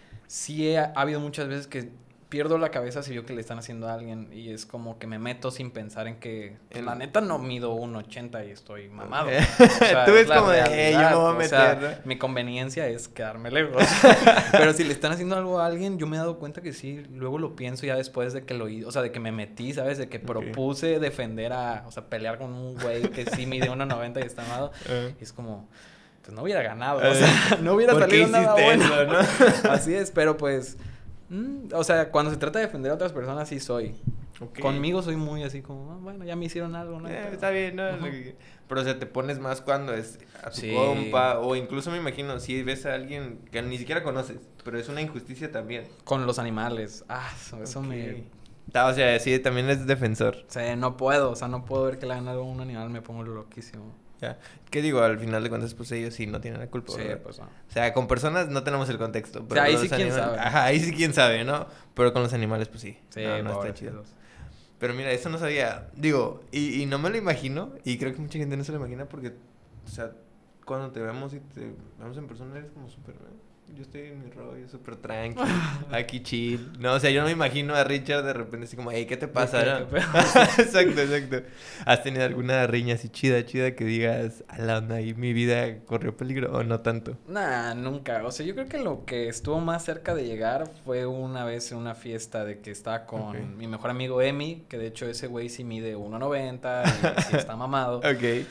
sí he- ha habido muchas veces que pierdo la cabeza si veo que le están haciendo a alguien y es como que me meto sin pensar en que... pues, En- la neta no mido uno ochenta y estoy mamado. Eh, O sea, Tú es ves la como de, "Eh, yo me realidad, voy a o meter, sea, ¿no?" mi conveniencia es quedarme lejos. Pero si le están haciendo algo a alguien, yo me he dado cuenta que sí, luego lo pienso ya después de que lo hice, o sea, de que me metí, ¿sabes? De que Ok. propuse defender a, o sea, pelear con un güey que sí mide uno noventa y está amado. Eh. Y es como, pues no hubiera ganado, Eh, o sea, no hubiera ¿por qué salido nada hiciste bueno. eso, no? Así es, pero pues, mm, o sea, cuando se trata de defender a otras personas, sí soy. Ok. Conmigo soy muy así como, ah, bueno, ya me hicieron algo, ¿no? Eh, Pero- está bien, ¿no? Ujú. Lo que- Pero, o sea, te pones más cuando es a tu Sí. compa. O incluso me imagino, si ves a alguien que ni siquiera conoces, pero es una injusticia también. Con los animales. Ah, eso, eso Ok. me... Ta- O sea, sí, también es defensor. O sea, no puedo, o sea, no puedo ver que le hagan algo a un animal, me pongo loquísimo. Ya. ¿Qué digo? Al final de cuentas, pues ellos sí no tienen la culpa, Sí, ¿verdad? pues no. O sea, con personas no tenemos el contexto. sea, ahí con sí los quién animales- sabe. Ajá, ahí sí quién sabe, ¿no? Pero con los animales, pues sí. Sí, no, no está chido. pobrecitos. Pero mira, eso no sabía. Digo, y, y no me lo imagino. Y creo que mucha gente no se lo imagina porque, o sea, cuando te vemos y te vemos en persona eres como súper... ¿eh? Yo estoy en mi rollo, súper tranqui, aquí chill. No, o sea, yo no me imagino a Richard de repente así como, hey, ¿qué te pasa? ¿Qué- ¿no? qué pedo? Exacto, exacto. ¿Has tenido alguna riña así chida, chida que digas, a la onda, y mi vida corrió peligro o no tanto? Nah, nunca. O sea, yo creo que lo que estuvo más cerca de llegar fue una vez en una fiesta de que estaba con Ok. mi mejor amigo Emi, que de hecho ese güey sí mide uno noventa y sí está mamado. Ok,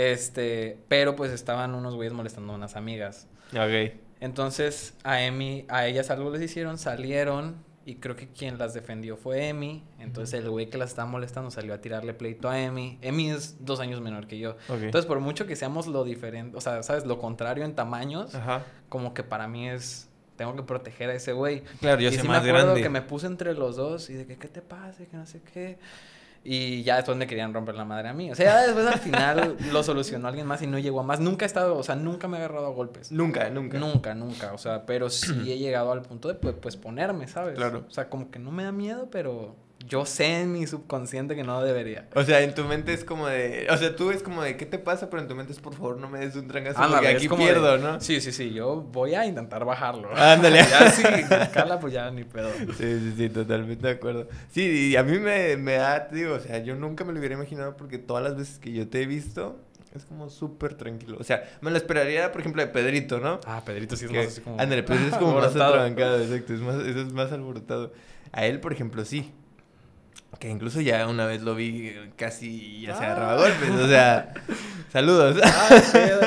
Este, pero pues estaban unos güeyes molestando a unas amigas. ok. Entonces a Emi, a ellas algo les hicieron, salieron y creo que quien las defendió fue Emi. Entonces el güey que las estaba molestando salió a tirarle pleito a Emi. Emi es dos años menor que yo. Okay. Entonces por mucho que seamos lo diferente, o sea, ¿sabes? Lo contrario en tamaños, Ajá. como que para mí es... Tengo que proteger a ese güey. Claro, yo y soy sí más me acuerdo grande. que me puse entre los dos y de que, ¿qué te pasa? Y que no sé qué... Y ya después me querían romper la madre a mí. O sea, ya después al final lo solucionó alguien más y no llegó a más. Nunca he estado, o sea, nunca me he agarrado a golpes. Nunca, nunca. Nunca, nunca. O sea, pero sí he llegado al punto de, pues, pues ponerme, ¿sabes? Claro. O sea, como que no me da miedo, pero yo sé en mi subconsciente que no debería. O sea, en tu mente es como de... O sea, tú es como de, ¿qué te pasa? Pero en tu mente es, por favor, no me des un trancazo Ándale, porque es aquí como pierdo, de- ¿no? Sí, sí, sí. Yo voy a intentar bajarlo. Ándale. Ya sí, cala, pues ya ni pedo. Sí, sí, sí, totalmente de acuerdo. Sí, y a mí me, me da, te digo, o sea, yo nunca me lo hubiera imaginado porque todas las veces que yo te he visto es como súper tranquilo. O sea, me lo esperaría, por ejemplo, de Pedrito, ¿no? Ah, Pedrito sí es Que- más así como... Ándale, pues es como más alborotado. atrabancado, exacto, es más, eso es más alborotado. A él, por ejemplo, sí. Que incluso ya una vez lo vi eh, casi ya se Ah. agarraba a golpes, o sea, saludos. Ah, pedo.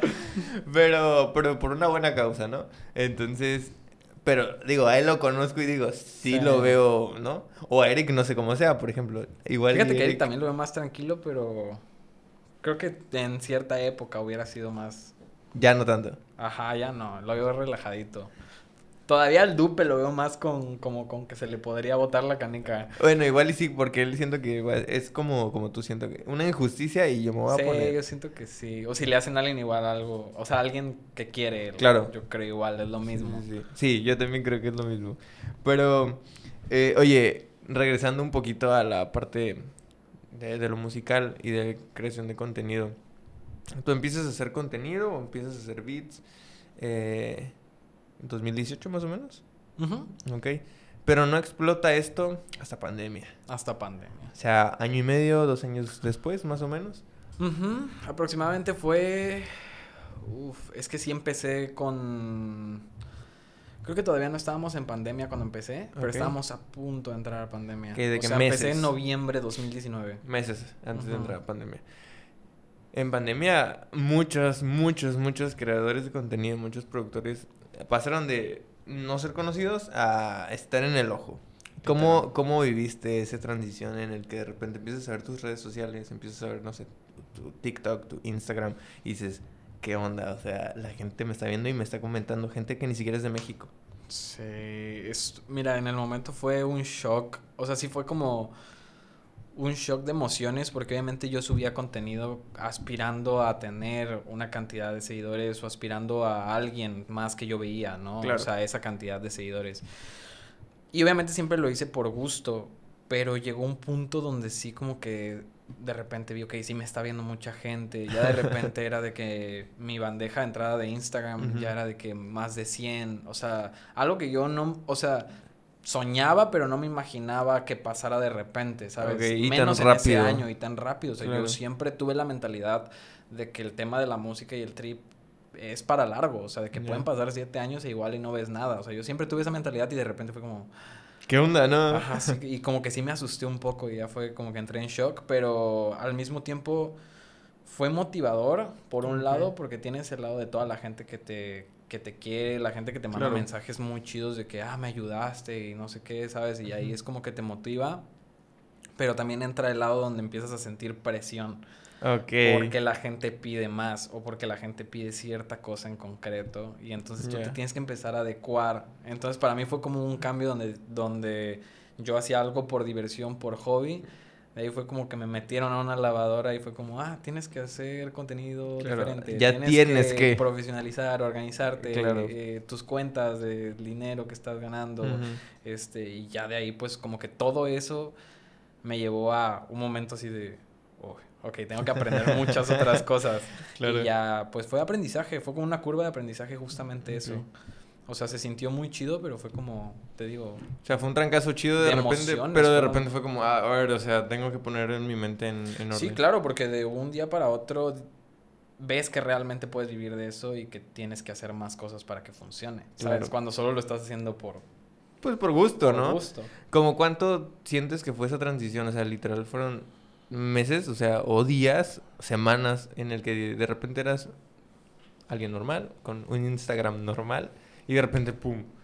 Pero, pero por una buena causa, ¿no? Entonces, pero digo, a él lo conozco y digo, sí, Sí. lo veo, ¿no? O a Eric, no sé cómo sea, por ejemplo. Igual Fíjate y que Eric también lo veo más tranquilo, pero creo que en cierta época hubiera sido más... ya no tanto. Ajá, ya no, lo veo relajadito. Todavía al Dupe lo veo más con como con que se le podría botar la canica. Bueno, igual y sí, porque él siento que igual es como, como tú siento que una injusticia y yo me voy a Sí, poner. yo siento que sí. O si le hacen a alguien igual algo, o sea, alguien que quiere. Claro. Yo creo igual, es lo mismo. Sí, sí, sí. Sí, yo también creo que es lo mismo. Pero, eh, oye, regresando un poquito a la parte de, de lo musical y de creación de contenido. ¿Tú empiezas a hacer contenido o empiezas a hacer beats? Eh, ¿En dos mil dieciocho más o menos? Ujú. Ok. Pero no explota esto hasta pandemia. Hasta pandemia. O sea, año y medio, dos años después, más o menos. Ujú. Aproximadamente fue... Uf, es que sí empecé con... Creo que todavía no estábamos en pandemia cuando empecé, pero Ok. estábamos a punto de entrar a pandemia. ¿Qué- de o qué sea, empecé meses? en noviembre de dos mil diecinueve. Meses antes de Ujú. entrar a pandemia. En pandemia, muchos, muchos, muchos creadores de contenido, muchos productores pasaron de no ser conocidos a estar en el ojo. ¿Cómo, Literal. ¿Cómo viviste esa transición en el que de repente empiezas a ver tus redes sociales, empiezas a ver, no sé, tu, tu TikTok, tu Instagram, y dices, ¿qué onda? O sea, la gente me está viendo y me está comentando, gente que ni siquiera es de México. Sí, es, mira, en el momento fue un shock, o sea, sí fue como un shock de emociones porque obviamente yo subía contenido aspirando a tener una cantidad de seguidores o aspirando a alguien más que yo veía, ¿no? Claro. O sea, esa cantidad de seguidores. Y obviamente siempre lo hice por gusto, pero llegó un punto donde sí como que de repente vi, ok, sí me está viendo mucha gente. Ya de repente era de que mi bandeja de entrada de Instagram Ujú. ya era de que más de cien. O sea, algo que yo no, o sea, soñaba, pero no me imaginaba que pasara de repente, ¿sabes? Ok, y tan Menos en ese rápido. año y tan rápido. O sea, Claro. yo siempre tuve la mentalidad de que el tema de la música y el trip es para largo. O sea, de que Ya. pueden pasar siete años e igual y no ves nada. O sea, yo siempre tuve esa mentalidad y de repente fue como... ¿Qué onda, no? Ajá, sí, y como que sí me asusté un poco y ya fue como que entré en shock, pero al mismo tiempo fue motivador, por un Ok. lado, porque tienes el lado de toda la gente que te, que te quiere, la gente que te manda Claro. mensajes muy chidos de que, ah, me ayudaste y no sé qué, ¿sabes? Y ahí Ujú. es como que te motiva, pero también entra el lado donde empiezas a sentir presión. Ok. Porque la gente pide más o porque la gente pide cierta cosa en concreto y entonces tú Ya. te tienes que empezar a adecuar. Entonces para mí fue como un cambio donde, donde yo hacía algo por diversión, por hobby. De ahí fue como que me metieron a una lavadora y fue como, ah, tienes que hacer contenido Claro, diferente. ya tienes que. profesionalizar, organizarte, Claro. eh, tus cuentas de dinero que estás ganando. Ujú. este Y ya de ahí pues como que todo eso me llevó a un momento así de... "Uy, ok, tengo que aprender muchas otras cosas". Claro. Y ya, pues fue aprendizaje, fue como una curva de aprendizaje justamente Ok. eso. O sea, se sintió muy chido, pero fue como, te digo, O sea, fue un trancazo chido de, De repente, emociones, pero de fueron- repente fue como, ah, a ver, o sea, tengo que poner en mi mente en, en orden. sí, claro, porque de un día para otro ves que realmente puedes vivir de eso y que tienes que hacer más cosas para que funcione, ¿sabes? Claro. Cuando solo lo estás haciendo por, Pues por gusto, por ¿no? gusto. ¿Como cuánto sientes que fue esa transición? O sea, literal, fueron meses, o sea, o días, semanas, en el que de repente eras alguien normal, con un Instagram normal, y de repente, pum,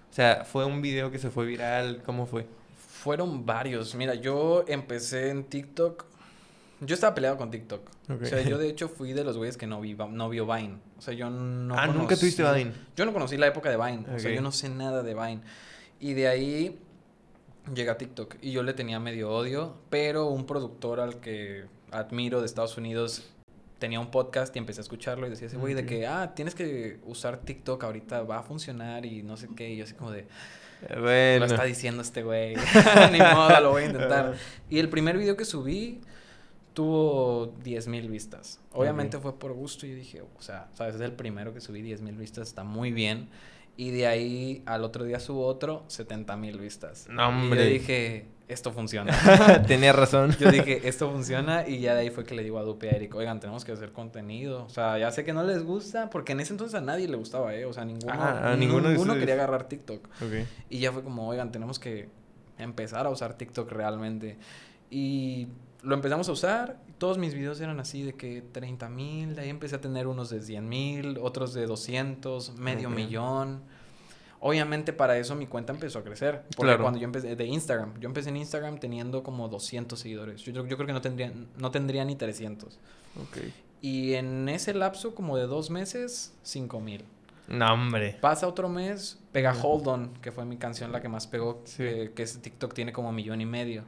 O sea, ¿fue un video que se fue viral? ¿Cómo fue? Fueron varios. Mira, yo empecé en TikTok. Yo estaba peleado con TikTok. Ok. O sea, yo de hecho fui de los güeyes que no, vi, no vio Vine. O sea, yo no Ah, conocí... ¿nunca tuviste Vine? Yo no conocí la época de Vine. O sea, Ok. yo no sé nada de Vine. Y de ahí llegué a TikTok. Y yo le tenía medio odio. Pero un productor al que admiro de Estados Unidos tenía un podcast y empecé a escucharlo. Y decía ese güey Ok. de que, ah, tienes que usar TikTok ahorita. Va a funcionar y no sé qué. Y yo así como de... Lo Bueno. está diciendo este güey. Ni modo, lo voy a intentar. Y el primer video que subí tuvo diez mil vistas. Obviamente Ok. fue por gusto. Y dije, o sea, ¿sabes? Es el primero que subí, diez mil vistas. Está muy bien. Y de ahí al otro día subo otro, setenta mil vistas. No, Y yo hombre. dije, esto funciona. Tenía razón. Yo dije, esto funciona. Y ya de ahí fue que le digo a Dupe y a Eric, oigan, tenemos que hacer contenido. O sea, ya sé que no les gusta, porque en ese entonces a nadie le gustaba, ¿eh? O sea, ninguno, Ah, a ninguno de ninguno ustedes. quería agarrar TikTok. Ok. Y ya fue como, oigan, tenemos que empezar a usar TikTok realmente. Y lo empezamos a usar. Todos mis videos eran así de que treinta mil. De ahí empecé a tener unos de cien mil, otros de doscientos, medio Ok. millón. Obviamente para eso mi cuenta empezó a crecer. Porque Claro. cuando yo empecé de Instagram, yo empecé en Instagram teniendo como doscientos seguidores. Yo, yo creo que no tendría, no tendría ni trescientos. Ok. Y en ese lapso como de dos meses, cinco mil. No, hombre. Pasa otro mes, pega Ujú. Hold On, que fue mi canción la que más pegó, Sí. eh, que ese TikTok tiene como millón y medio.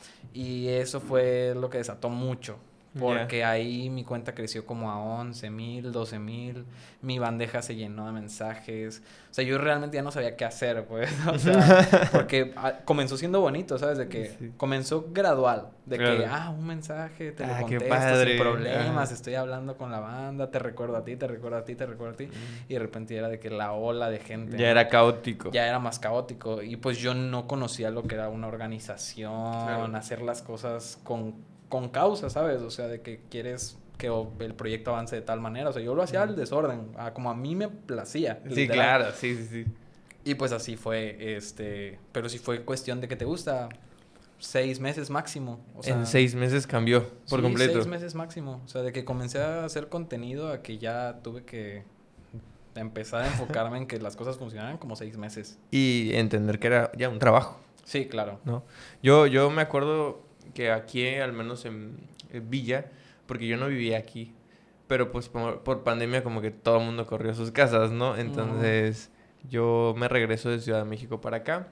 Y eso fue lo que desató mucho. Porque Ya. ahí mi cuenta creció como a once mil, doce mil. Mi bandeja se llenó de mensajes. O sea, yo realmente ya no sabía qué hacer, pues. O sea, porque ah, comenzó siendo bonito, ¿sabes? De que Sí. comenzó gradual. De que, Claro. ah, un mensaje, te lo Ah, qué contesto padre. sin problemas. Ajá. Estoy hablando con la banda, te recuerdo a ti, te recuerdo a ti, te recuerdo a ti. Mm. Y de repente era de que la ola de gente. Ya ¿no? era caótico. Ya era más caótico. Y pues yo no conocía lo que era una organización, Claro. hacer las cosas con, con causa, ¿sabes? O sea, de que quieres que o- el proyecto avance de tal manera. O sea, yo lo hacía al desorden, a como a mí me placía. Sí, literal. claro, sí, sí, sí. Y pues así fue, este... Pero sí fue cuestión de que te gusta seis meses máximo. O sea, En seis meses cambió por sí, completo. seis meses máximo. O sea, de que comencé a hacer contenido a que ya tuve que empezar a enfocarme en que las cosas funcionaran como seis meses. Y entender que era ya un trabajo, Sí, claro. ¿no? Yo, yo me acuerdo que aquí, al menos en, en Villa, porque yo no vivía aquí, pero pues por, por pandemia como que todo el mundo corrió a sus casas, ¿no? Entonces yo me regreso de Ciudad de México para acá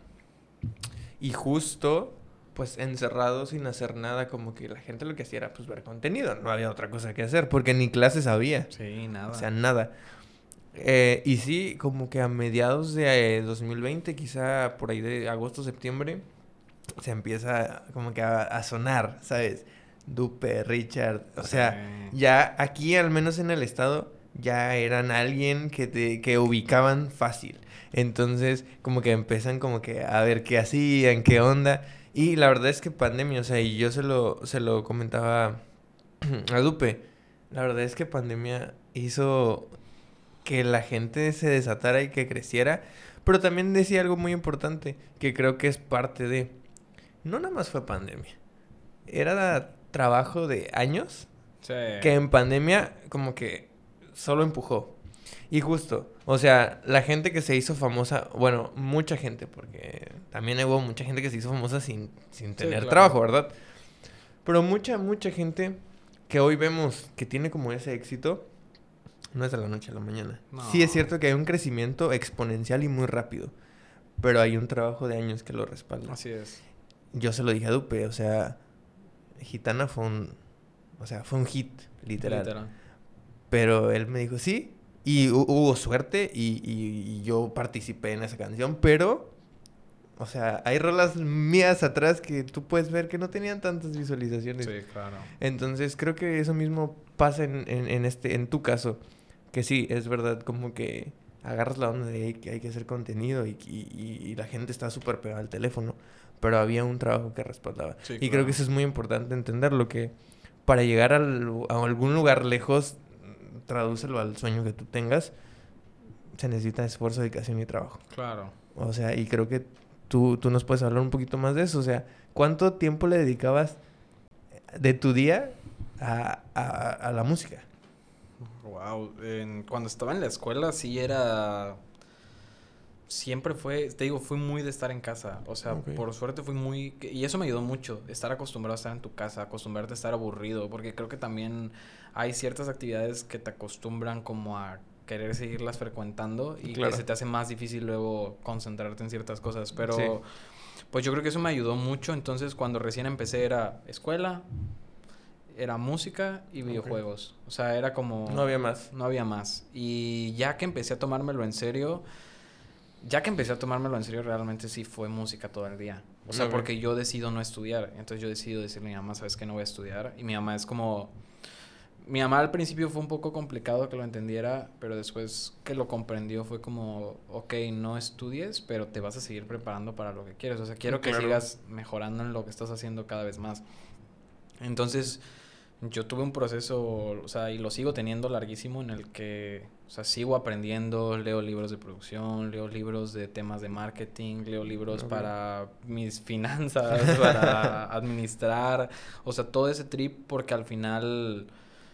y justo pues encerrado sin hacer nada, como que la gente lo que hacía era pues ver contenido, no había otra cosa que hacer porque ni clases había, Sí, nada. o sea, nada. Eh, y sí, como que a mediados de eh, dos mil veinte, quizá por ahí de agosto, septiembre, se empieza como que a, a sonar, ¿sabes? Dupe, Richard, o sea, Sí. ya aquí, al menos en el estado, ya eran alguien que te que ubicaban fácil. Entonces, como que empiezan como que a ver qué hacían, qué onda. Y la verdad es que pandemia, o sea, y yo se lo, se lo comentaba a Dupe, la verdad es que pandemia hizo que la gente se desatara y que creciera, pero también decía algo muy importante, que creo que es parte de... No nada más fue pandemia, era trabajo de años Sí. que en pandemia como que solo empujó. Y justo, o sea, la gente que se hizo famosa, bueno, mucha gente, porque también hubo mucha gente que se hizo famosa sin, sin tener claro. trabajo, ¿verdad? Pero mucha, mucha gente que hoy vemos que tiene como ese éxito, no es de la noche a la mañana. No. Sí es cierto que hay un crecimiento exponencial y muy rápido, pero hay un trabajo de años que lo respalda. Así es. Yo se lo dije a Dupe, o sea, Gitana fue un, o sea, fue un hit, literal. Literal. Pero él me dijo, sí, y hu- hubo suerte y, y- y yo participé en esa canción, pero, o sea, hay rolas mías atrás que tú puedes ver que no tenían tantas visualizaciones. Sí, claro. Entonces creo que eso mismo pasa en, en, en este, en tu caso, que sí, es verdad, como que agarras la onda de "Hey, que hay que hacer contenido y, y, y la gente está súper pegada al teléfono, pero había un trabajo que respaldaba. Sí, y creo claro. que eso es muy importante entenderlo, que para llegar al- a algún lugar lejos, tradúcelo al sueño que tú tengas, se necesita esfuerzo, dedicación y trabajo. Claro. O sea, y creo que tú, tú nos puedes hablar un poquito más de eso. O sea, ¿cuánto tiempo le dedicabas de tu día a, a, a la música? Wow. En- cuando estaba en la escuela sí era siempre fue, te digo, fui muy de estar en casa. O sea, Ok. por suerte fui muy... Y eso me ayudó mucho, estar acostumbrado a estar en tu casa, acostumbrarte a estar aburrido, porque creo que también hay ciertas actividades que te acostumbran como a querer seguirlas frecuentando y que Claro. se te hace más difícil luego concentrarte en ciertas cosas. Pero, Sí. pues yo creo que eso me ayudó mucho. Entonces, cuando recién empecé era escuela, era música y videojuegos. O sea, era como... No había más. No había más. Y ya que empecé a tomármelo en serio, ya que empecé a tomármelo en serio, realmente sí fue música todo el día. O sea, Ok. porque yo decido no estudiar. Entonces yo decido decirle a mi mamá, ¿sabes qué? No voy a estudiar. Y mi mamá es como... Mi mamá al principio fue un poco complicado que lo entendiera, pero después que lo comprendió fue como, ok, no estudies, pero te vas a seguir preparando para lo que quieres. O sea, quiero que Claro. sigas mejorando en lo que estás haciendo cada vez más. Entonces, yo tuve un proceso, o sea, y lo sigo teniendo larguísimo en el que, o sea, sigo aprendiendo, leo libros de producción, leo libros de temas de marketing, leo libros Ok. para mis finanzas, para administrar, o sea, todo ese trip porque al final...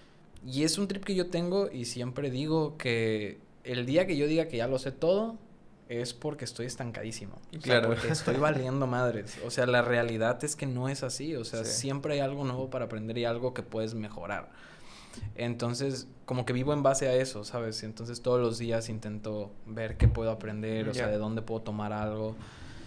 Y es un trip que yo tengo y siempre digo que el día que yo diga que ya lo sé todo es porque estoy estancadísimo. O sea, Claro. porque estoy valiendo madres. O sea, la realidad es que no es así. O sea, Sí. siempre hay algo nuevo para aprender y algo que puedes mejorar. Entonces, como que vivo en base a eso, ¿sabes? Entonces, todos los días intento ver qué puedo aprender, o sea, Ya. de dónde puedo tomar algo.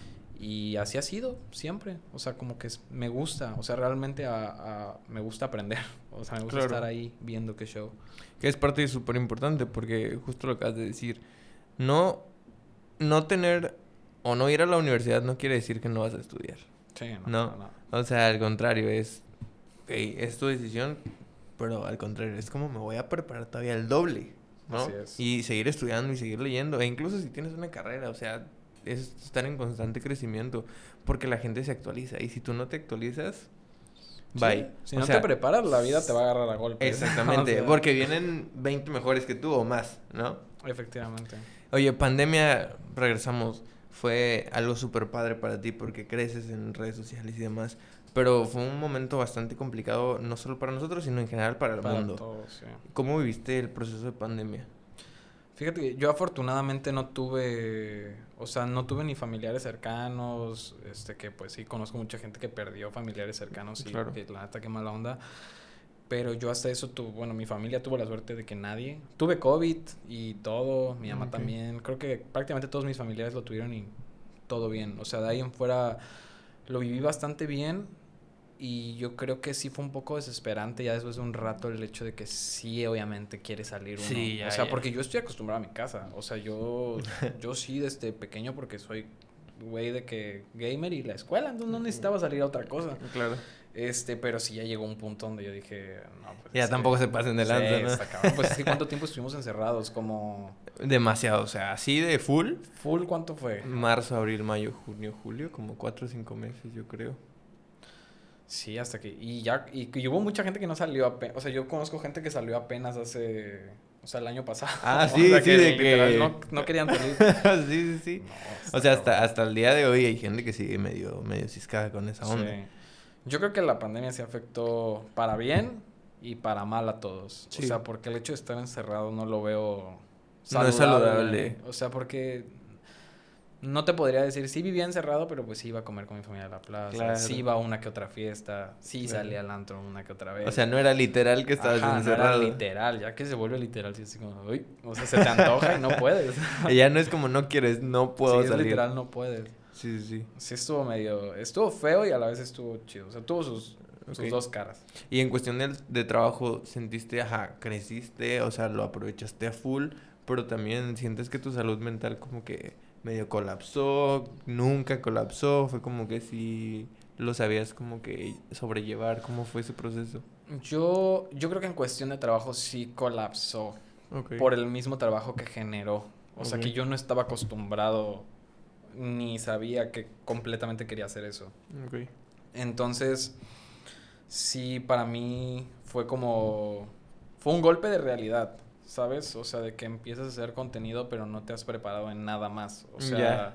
Y así ha sido siempre. O sea, como que es- me gusta. O sea, realmente a, a- me gusta aprender. O sea, me gusta Claro. estar ahí viendo qué show. Que es parte súper importante porque justo lo acabas de decir. No, no tener o no ir a la universidad no quiere decir que no vas a estudiar. Sí, no, No. no, no. O sea, al contrario, es, ok, es tu decisión, pero al contrario, es como me voy a preparar todavía el doble, ¿no? Así es. Y seguir estudiando y seguir leyendo. E incluso si tienes una carrera, o sea, es estar en constante crecimiento porque la gente se actualiza. Y si tú no te actualizas, bye. Sí, si O no sea, te preparas, la vida te va a agarrar a golpes. exactamente, O sea, porque vienen veinte mejores que tú o más, ¿no? efectivamente. Oye, pandemia, regresamos, fue algo súper padre para ti porque creces en redes sociales y demás, pero fue un momento bastante complicado, no solo para nosotros, sino en general para el Para mundo. todos, sí. ¿Cómo viviste el proceso de pandemia? Fíjate que yo afortunadamente no tuve, o sea, no tuve ni familiares cercanos, este que pues sí conozco mucha gente que perdió familiares cercanos y Claro. que la neta qué mala onda, pero yo hasta eso tuve, bueno, mi familia tuvo la suerte de que nadie, tuve COVID y todo, mi mamá Ok. también, creo que prácticamente todos mis familiares lo tuvieron y todo bien, o sea, de ahí en fuera lo viví bastante bien. Y yo creo que sí fue un poco desesperante ya después de un rato el hecho de que sí, obviamente quiere salir uno. Sí, ya, O sea, ya. porque yo estoy acostumbrado a mi casa. O sea, yo, yo sí desde pequeño porque soy güey de que gamer y la escuela, entonces no necesitaba salir a otra cosa. Claro. Este, pero sí ya llegó un punto donde yo dije, no, pues Ya es tampoco que- se pasen de sí, lanza, ¿no? está cabrón. Pues es que cuánto tiempo estuvimos encerrados, como Demasiado, o sea, así de full, full, ¿cuánto fue? marzo, abril, mayo, junio, julio, como cuatro o cinco meses, yo creo. Sí, hasta que... Y ya... Y, y hubo mucha gente que no salió apenas... O sea, yo conozco gente que salió apenas hace... O sea, el año pasado. Ah, O sí, sea, sí, de literal que... No, no querían salir. sí, sí, sí. No, O sea, está hasta, cabrón. hasta el día de hoy hay gente que sigue medio, medio ciscada con esa onda. Sí. Yo creo que la pandemia se afectó para bien y para mal a todos. Sí. O sea, porque el hecho de estar encerrado no lo veo No es saludable. O sea, porque... No te podría decir, sí vivía encerrado, pero pues sí iba a comer con mi familia a la plaza, Claro. sí iba a una que otra fiesta, sí Claro. salía al antro una que otra vez. O sea, no era literal que estabas Ajá, no encerrado. era literal, ya que se vuelve literal, sí, así como, uy, o sea, se te antoja y no puedes. Y ya no es como no quieres, no puedo Sí, es salir. literal, no puedes. Sí, sí, sí. Sí estuvo medio, estuvo feo y a la vez estuvo chido, o sea, tuvo sus, sus Ok. dos caras. Y en cuestión de, de trabajo, ¿sentiste, ajá, creciste, o sea, lo aprovechaste a full, pero también sientes que tu salud mental como que medio colapsó, nunca colapsó, fue como que sí lo sabías como que sobrellevar, ¿cómo fue ese proceso? Yo, yo creo que en cuestión de trabajo sí colapsó Ok. por el mismo trabajo que generó. O sea, Ok. que yo no estaba acostumbrado ni sabía que completamente quería hacer eso. Ok. Entonces, sí, para mí fue como... Fue un golpe de realidad, ¿sabes? O sea, de que empiezas a hacer contenido pero no te has preparado en nada más. O sea, Ya.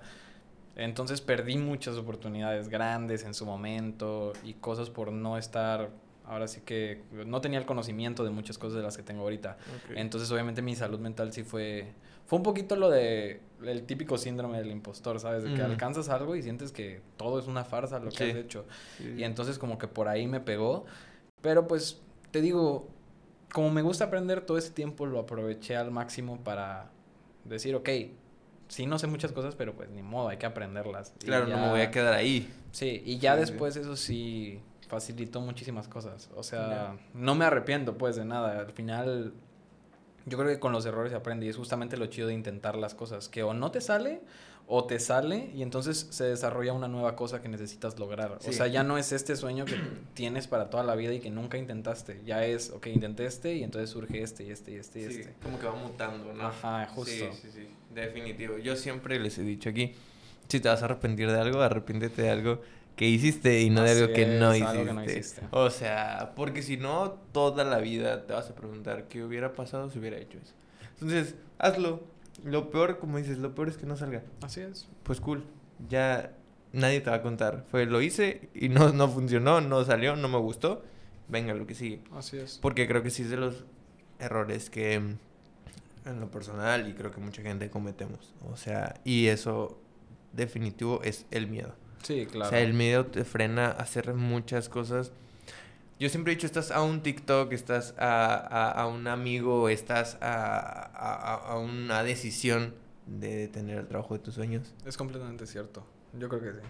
entonces perdí muchas oportunidades grandes en su momento y cosas por no estar Ahora sí que no tenía el conocimiento de muchas cosas de las que tengo ahorita. Okay. Entonces, obviamente, mi salud mental sí fue... Fue un poquito lo de... El típico síndrome del impostor, ¿sabes? De que Mm. alcanzas algo y sientes que todo es una farsa lo que Sí. has hecho. Sí. Y entonces como que por ahí me pegó. Pero pues, te digo, como me gusta aprender todo ese tiempo, lo aproveché al máximo para decir, ok, sí no sé muchas cosas, pero pues ni modo, hay que aprenderlas. Y Claro, ya... no me voy a quedar ahí. Sí, y ya Sí, después sí. eso sí facilitó muchísimas cosas. O sea, Ya. no me arrepiento pues de nada. Al final, yo creo que con los errores se aprende y es justamente lo chido de intentar las cosas. Que o no te sale o te sale y entonces se desarrolla una nueva cosa que necesitas lograr. Sí. O sea, ya no es este sueño que tienes para toda la vida y que nunca intentaste. Ya es, ok, intenté este y entonces surge este y este y este y Sí, este. como que va mutando, ¿no? Ajá, justo. Sí, sí, sí, definitivo. Yo siempre les he dicho aquí, si te vas a arrepentir de algo, arrepiéntete de algo que hiciste y no de Así algo que no es, hiciste. algo que no hiciste. O sea, porque si no, toda la vida te vas a preguntar qué hubiera pasado si hubiera hecho eso. Entonces, hazlo. Lo peor, como dices, lo peor es que no salga. Así es. Pues cool, ya nadie te va a contar. Fue, lo hice y no, no funcionó, no salió, no me gustó. Venga, lo que sigue. Así es. Porque creo que sí es de los errores que en lo personal y creo que mucha gente cometemos. O sea, y eso definitivo es el miedo. Sí, claro. O sea, el miedo te frena a hacer muchas cosas. Yo siempre he dicho, estás a un TikTok, estás a, a, a un amigo, estás a, a, a una decisión de tener el trabajo de tus sueños. Es completamente cierto. Yo creo que sí.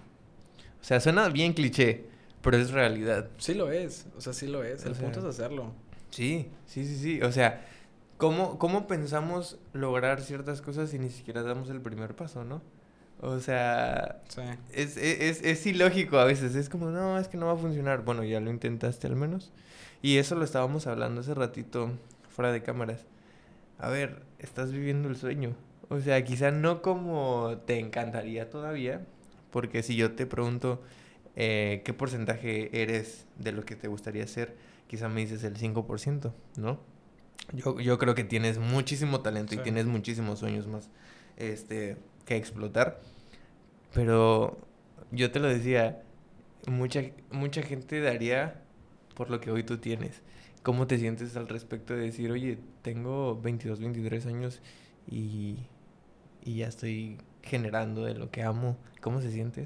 O sea, suena bien cliché, pero es realidad. Sí lo es. O sea, sí lo es. O El sea, punto es hacerlo. Sí, sí, sí, sí. O sea, ¿cómo, cómo pensamos lograr ciertas cosas si ni siquiera damos el primer paso, no? O sea, Sí. es, es, es, es ilógico a veces. Es como, no, es que no va a funcionar. Bueno, ya lo intentaste al menos. Y eso lo estábamos hablando hace ratito, fuera de cámaras. A ver, estás viviendo el sueño. O sea, quizá no como te encantaría todavía. Porque si yo te pregunto eh, qué porcentaje eres de lo que te gustaría hacer, quizá me dices el cinco por ciento, ¿no? Yo, yo creo que tienes muchísimo talento Sí. y tienes muchísimos sueños más este, que explotar. Pero yo te lo decía, mucha, mucha gente daría por lo que hoy tú tienes. ¿Cómo te sientes al respecto de decir, oye, tengo veintidós, veintitrés años y, y ya estoy generando de lo que amo? ¿Cómo se sientes?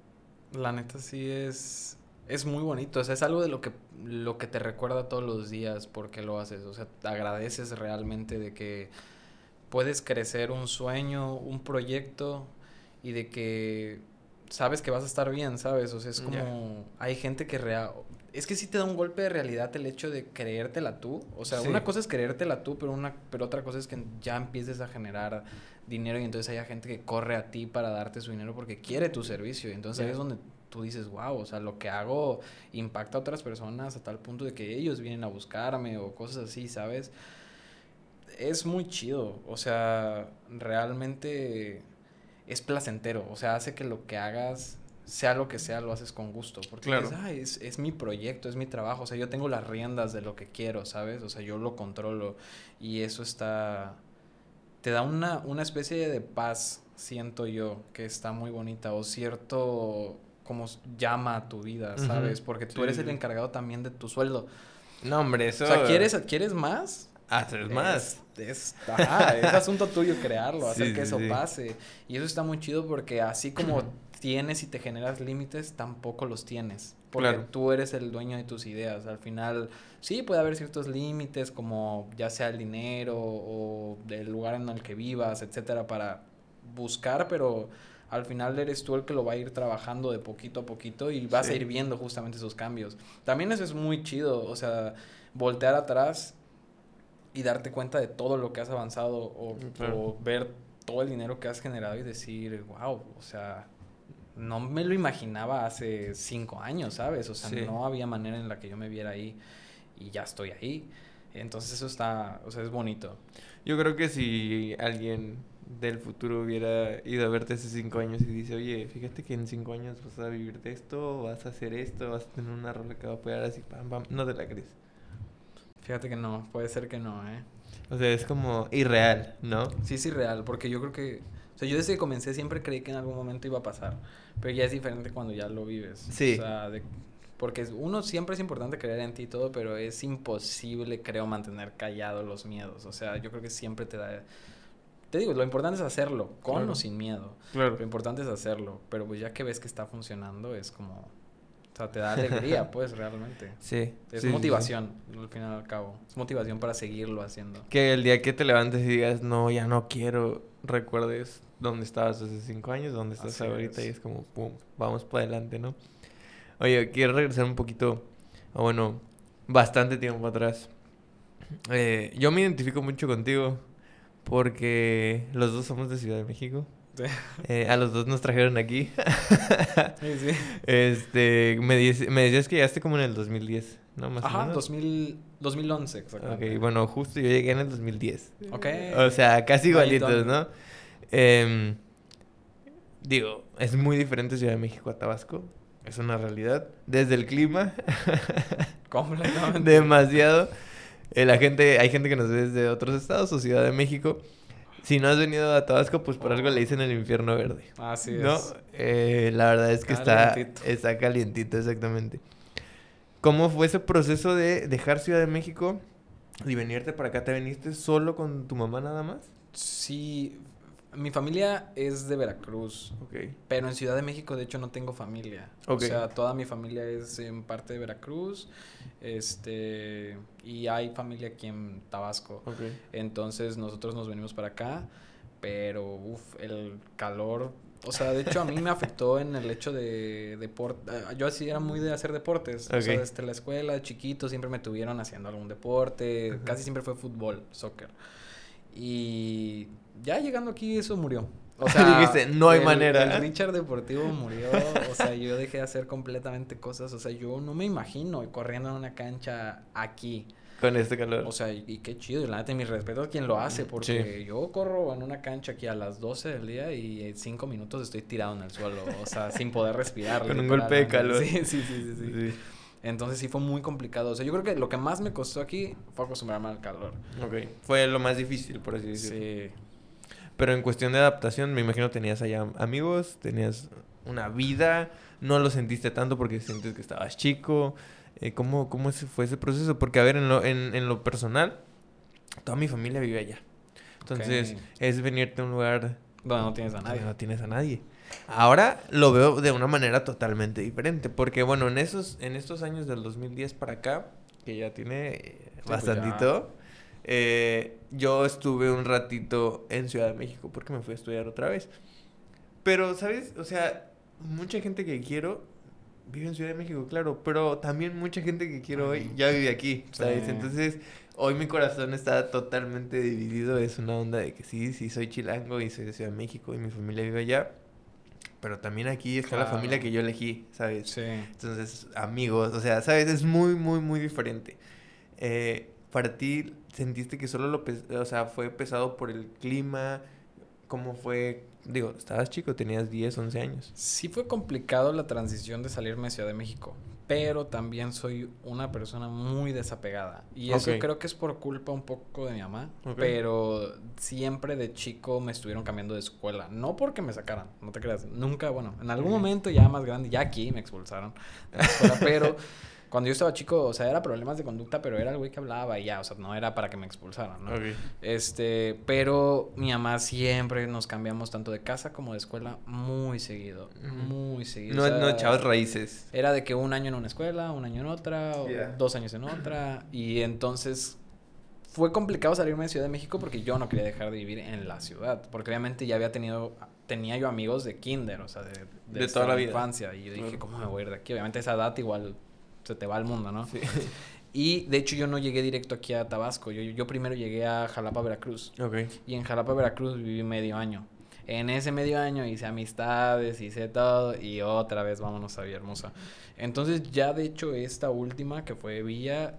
La neta sí es... Es muy bonito. O sea, es algo de lo que, lo que te recuerda todos los días porque lo haces. O sea, te agradeces realmente de que puedes crecer un sueño, un proyecto y de que sabes que vas a estar bien, ¿sabes? O sea, es como... Ya. Hay gente que real... Es que sí te da un golpe de realidad el hecho de creértela tú. O sea, Sí. una cosa es creértela tú, pero, una, pero otra cosa es que ya empieces a generar dinero y entonces haya gente que corre a ti para darte su dinero porque quiere tu servicio. Y entonces ahí Ya. es donde tú dices, wow, o sea, lo que hago impacta a otras personas a tal punto de que ellos vienen a buscarme o cosas así, ¿sabes? Es muy chido, o sea, realmente es placentero, o sea, hace que lo que hagas, sea lo que sea, lo haces con gusto, porque Claro. dices, "Ay, es, es mi proyecto, es mi trabajo, o sea, yo tengo las riendas de lo que quiero, ¿sabes? O sea, yo lo controlo y eso está, te da una, una especie de paz, siento yo, que está muy bonita, o cierto, como s- llama a tu vida, Ujú. ¿sabes? Porque tú Sí, eres sí, el sí. encargado también de tu sueldo. No, hombre, eso... O sea, ¿quieres, ¿quieres más? Haces más. Es, es, ajá, es asunto tuyo crearlo, hacer Sí, que sí, eso sí. pase. Y eso está muy chido porque así como tienes y te generas límites, tampoco los tienes. Porque Claro. tú eres el dueño de tus ideas. Al final, sí puede haber ciertos límites, como ya sea el dinero o el lugar en el que vivas, etcétera, para buscar, pero al final eres tú el que lo va a ir trabajando de poquito a poquito y vas Sí. a ir viendo justamente esos cambios. También eso es muy chido, o sea, voltear atrás y darte cuenta de todo lo que has avanzado o, Claro. o ver todo el dinero que has generado y decir, wow, o sea, no me lo imaginaba hace cinco años, ¿sabes? O sea, Sí. no había manera en la que yo me viera ahí y ya estoy ahí. Entonces eso está, o sea, es bonito. Yo creo que si alguien del futuro hubiera ido a verte hace cinco años y dice, oye, fíjate que en cinco años vas a vivir de esto, vas a hacer esto, vas a tener una rola que va a pegar así, pam, pam, no te la crees. Fíjate que no, puede ser que no, ¿eh? O sea, es como irreal, ¿no? Sí, es irreal, porque yo creo que, o sea, yo desde que comencé siempre creí que en algún momento iba a pasar, pero ya es diferente cuando ya lo vives. Sí. O sea, de, Porque uno siempre es importante creer en ti y todo, pero es imposible, creo, mantener callados los miedos. O sea, yo creo que siempre te da... Te digo, lo importante es hacerlo, con Claro. o sin miedo. Claro. Lo importante es hacerlo, pero pues ya que ves que está funcionando, es como... O sea, te da alegría, pues, realmente. Sí. Es sí, motivación, sí, sí. Al fin y al cabo. Es motivación para seguirlo haciendo. Que el día que te levantes y digas, no, ya no quiero, recuerdes dónde estabas hace cinco años, dónde estás Así ahorita, es. y es como, pum, vamos para adelante, ¿no? Oye, quiero regresar un poquito, o bueno, bastante tiempo atrás. Eh, yo me identifico mucho contigo porque los dos somos de Ciudad de México. Sí. Eh, a los dos nos trajeron aquí. Sí, sí. Este, me, dice- me decías que llegaste como en el dos mil diez, ¿no? Más o Ajá, menos. dos mil, dos mil once, exactamente. Ok, bueno, justo yo llegué en el dos mil diez. Ok. O sea, casi Ahí igualitos, donde- ¿no? Em, digo, es muy diferente Ciudad de México a Tabasco. Es una realidad. Desde el clima, Completamente. demasiado. Eh, la gente, hay gente que nos ve desde otros estados o Ciudad de México. Si no has venido a Tabasco, pues por algo le dicen el infierno verde. Así ¿No? es. Eh, la verdad es que está, Calientito. está calientito, exactamente. ¿Cómo fue ese proceso de dejar Ciudad de México y venirte para acá? ¿Te viniste solo con tu mamá nada más? Sí, mi familia es de Veracruz, Ok. pero en Ciudad de México de hecho no tengo familia. Ok. O sea, toda mi familia es en parte de Veracruz, este, y hay familia aquí en Tabasco. Ok. Entonces nosotros nos venimos para acá, pero uff, el calor, o sea, de hecho a mí me afectó en el hecho de deporte. Yo así era muy de hacer deportes, o sea, Ok. desde la escuela, de chiquito, siempre me tuvieron haciendo algún deporte, Ajá. casi siempre fue fútbol, soccer. Y ya llegando aquí eso murió. O sea, Dijiste, no hay el- manera. El Richard Deportivo murió, o sea, yo dejé de hacer completamente cosas, o sea, yo no me imagino corriendo en una cancha aquí. Con este calor. O sea, y, y qué chido, y la neta, mi respeto a quien lo hace, porque Sí. yo corro en una cancha aquí a las doce del día y en cinco minutos estoy tirado en el suelo, o sea, sin poder respirar. Con un golpe de calor. literalmente. Sí, sí, sí, sí, sí. Sí. Entonces sí fue muy complicado, o sea, yo creo que lo que más me costó aquí fue acostumbrarme al calor. Ok. Fue lo más difícil, por así decirlo. Sí. Pero en cuestión de adaptación, me imagino tenías allá amigos, tenías una vida, no lo sentiste tanto porque sientes que estabas chico. Eh, ¿cómo, cómo ese fue ese proceso? Porque, a ver, en lo, en, en lo personal, toda mi familia vive allá. Entonces, Ok. es venirte a un lugar Bueno, no tienes a donde nadie. no tienes a nadie. Ahora lo veo de una manera totalmente diferente. Porque, bueno, en esos, en estos años del dos mil diez para acá, que ya tiene eh, Sí, pues bastantito, eh, yo estuve un ratito en Ciudad de México porque me fui a estudiar otra vez. Pero, ¿sabes? O sea, mucha gente que quiero vive en Ciudad de México, claro, pero también mucha gente que quiero hoy ya vive aquí, ¿sabes? Sí. Entonces, hoy mi corazón está totalmente dividido. Es una onda de que sí, sí, soy chilango y soy de Ciudad de México y mi familia vive allá. Pero también aquí está la Claro. familia que yo elegí, ¿sabes? Sí. Entonces, amigos, o sea, ¿sabes? Es muy, muy, muy diferente. Eh, para ti, ¿sentiste que solo lo, pes- o sea, fue pesado por el clima? ¿Cómo fue? Digo, estabas chico, tenías diez, once años. Sí fue complicado la transición de salirme de Ciudad de México, pero también soy una persona muy desapegada. Y eso Ok. creo que es por culpa un poco de mi mamá, Ok. pero siempre de chico me estuvieron cambiando de escuela. No porque me sacaran, no te creas. Nunca, bueno, en algún Ok. momento ya más grande, ya aquí me expulsaron de la escuela, pero cuando yo estaba chico, o sea, era problemas de conducta, pero era el güey que hablaba y ya, o sea, no era para que me expulsaran, ¿no? Ok. Este, pero mi mamá siempre nos cambiamos tanto de casa como de escuela muy seguido, Ujú. muy seguido. No, o sea, no echabas raíces. era de que un año en una escuela, un año en otra, o Yeah. dos años en otra, y entonces fue complicado salirme de Ciudad de México porque yo no quería dejar de vivir en la ciudad, porque obviamente ya había tenido, tenía yo amigos de kinder, o sea, de, De toda la vida. infancia, y yo dije, Claro. ¿cómo me voy a ir de aquí? Obviamente a esa edad igual se te va al mundo, ¿no? Sí. Y de hecho yo no llegué directo aquí a Tabasco, yo, yo primero llegué a Jalapa, Veracruz. Ok. Y en Jalapa, Veracruz viví medio año. En ese medio año hice amistades, hice todo y otra vez vámonos a Villahermosa. Entonces ya de hecho esta última que fue Villa,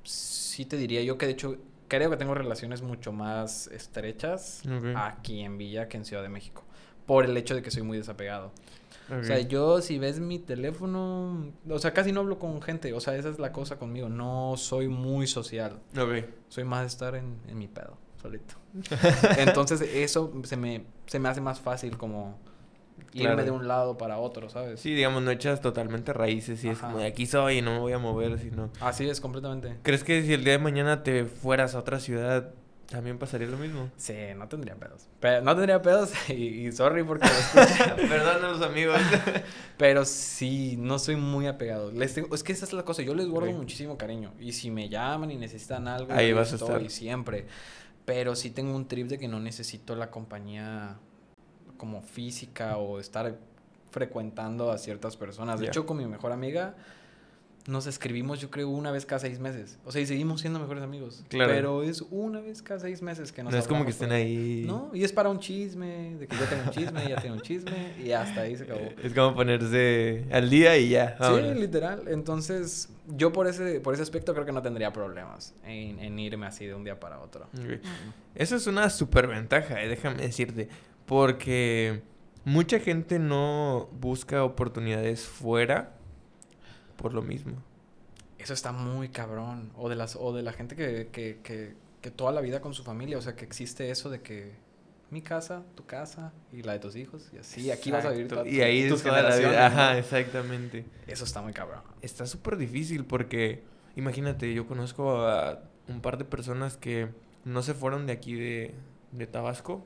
sí te diría yo que de hecho creo que tengo relaciones mucho más estrechas Ok. aquí en Villa que en Ciudad de México. Por el hecho de que soy muy desapegado. Ok. O sea, yo si ves mi teléfono, o sea, casi no hablo con gente. O sea, esa es la cosa conmigo. No soy muy social. Ok. Soy más de estar en, en mi pedo, solito. Entonces eso se me, se me hace más fácil como Claro. irme de un lado para otro, ¿sabes? Sí, digamos, no echas totalmente raíces y es Ajá. como de aquí soy y no me voy a mover, sino... Así es, completamente. ¿Crees que si el día de mañana te fueras a otra ciudad, también pasaría lo mismo? Sí, no tendría pedos. Pero, no tendría pedos y, y sorry porque lo escuché. Perdón a los amigos. Pero sí, no soy muy apegado. Les tengo, es que esa es la cosa, yo les guardo Ok. muchísimo cariño. Y si me llaman y necesitan algo, Ahí yo vas a estoy estar. siempre. Pero sí tengo un trip de que no necesito la compañía como física o estar frecuentando a ciertas personas. De Ya. hecho, con mi mejor amiga nos escribimos, yo creo, una vez cada seis meses. O sea, y seguimos siendo mejores amigos. Claro. Pero es una vez cada seis meses que nos No es como que hablamos estén por ahí... No, y es para un chisme, de que yo tengo un chisme, ella tiene un chisme, y hasta ahí se acabó. Es como ponerse al día y ya. Sí, Vámonos. literal. Entonces, yo por ese, por ese aspecto creo que no tendría problemas en, en irme así de un día para otro. Ok. Eso es una super ventaja, eh, déjame decirte. Porque mucha gente no busca oportunidades fuera por lo mismo. Eso está muy cabrón. O de las, o de la gente que, que, que, que toda la vida con su familia, o sea, que existe eso de que mi casa, tu casa y la de tus hijos, y así, aquí vas a vivir Exacto. toda Y ahí tus es toda la vida. generaciones, Ajá, ¿no? exactamente. Eso está muy cabrón. Está súper difícil porque, imagínate, yo conozco a un par de personas que no se fueron de aquí de, de Tabasco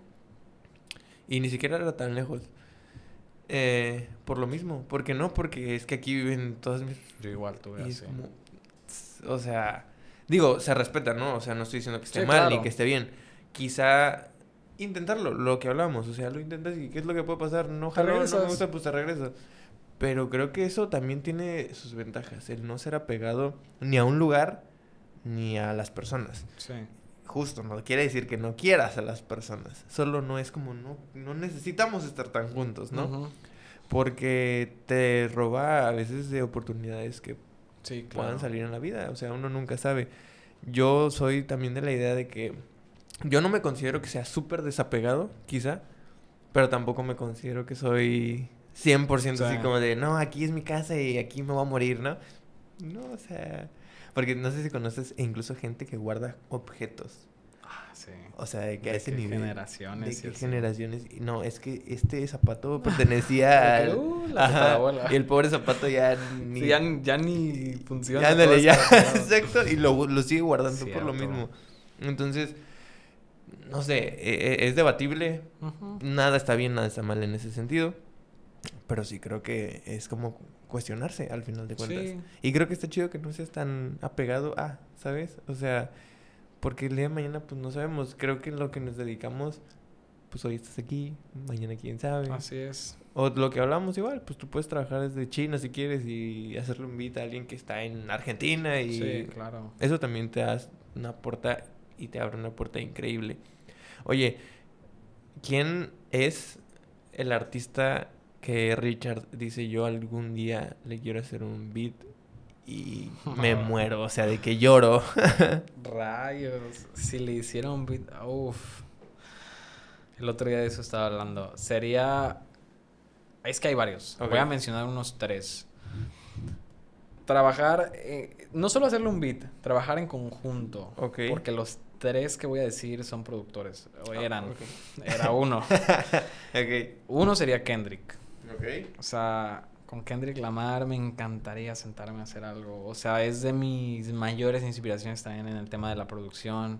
y ni siquiera era tan lejos. Eh, por lo mismo. ¿Por qué no? Porque es que aquí viven todas mis... Yo igual tuve Y es así. como... O sea... Digo, se respeta, ¿no? O sea, no estoy diciendo que esté Sí, mal claro. ni que esté bien. Quizá intentarlo, lo que hablamos. O sea, lo intentas y ¿qué es lo que puede pasar? No, Te jaló, no me regresas. gusta, pues te regresas. Pero creo que eso también tiene sus ventajas. El no ser apegado ni a un lugar ni a las personas. Sí. Justo, no quiere decir que no quieras a las personas. Solo no es como no, no necesitamos estar tan juntos, ¿no? Ujú. Porque te roba a veces de oportunidades que Sí, claro. puedan salir en la vida. O sea, uno nunca sabe. Yo soy también de la idea de que yo no me considero que sea súper desapegado, quizá, pero tampoco me considero que soy cien por ciento Sí. así como de, no, aquí es mi casa y aquí me voy a morir, ¿no? No, o sea, porque no sé si conoces e incluso gente que guarda objetos. Ah, sí. O sea, de que a De ese qué nivel. generaciones De y qué así. generaciones. Y no, es que este zapato pertenecía De que, al... uh, la Ajá, tatarabuela. y el pobre zapato ya ni... Sí, ya, ya ni funciona. Ya, ándale, todo ya. estropeado. Exacto. Y lo, lo sigue guardando por lo Cierto. mismo. Entonces, no sé, e- e- es debatible. Ujú. Nada está bien, nada está mal en ese sentido. Pero sí creo que es como cuestionarse al final de cuentas. Sí. Y creo que está chido que no seas tan apegado a, ¿sabes? O sea, porque el día de mañana pues no sabemos. Creo que en lo que nos dedicamos, pues hoy estás aquí, mañana quién sabe. Así es. O lo que hablamos igual, pues tú puedes trabajar desde China si quieres y hacerle un beat a alguien que está en Argentina y Sí, claro. eso también te da una puerta y te abre una puerta increíble. Oye, ¿quién es el artista que Richard dice yo algún día le quiero hacer un beat y me muero? O sea, de que lloro. Rayos. Si le hicieron un beat. Uf. El otro día de eso estaba hablando. Sería. Es que hay varios. Ok. Voy a mencionar unos tres. Trabajar. eh, no solo hacerle un beat, trabajar en conjunto. Ok. Porque los tres que voy a decir son productores. O Ah, eran. ok. Era uno. Ok. Uno sería Kendrick. Ok. O sea, con Kendrick Lamar me encantaría sentarme a hacer algo. O sea, es de mis mayores inspiraciones también en el tema de la producción.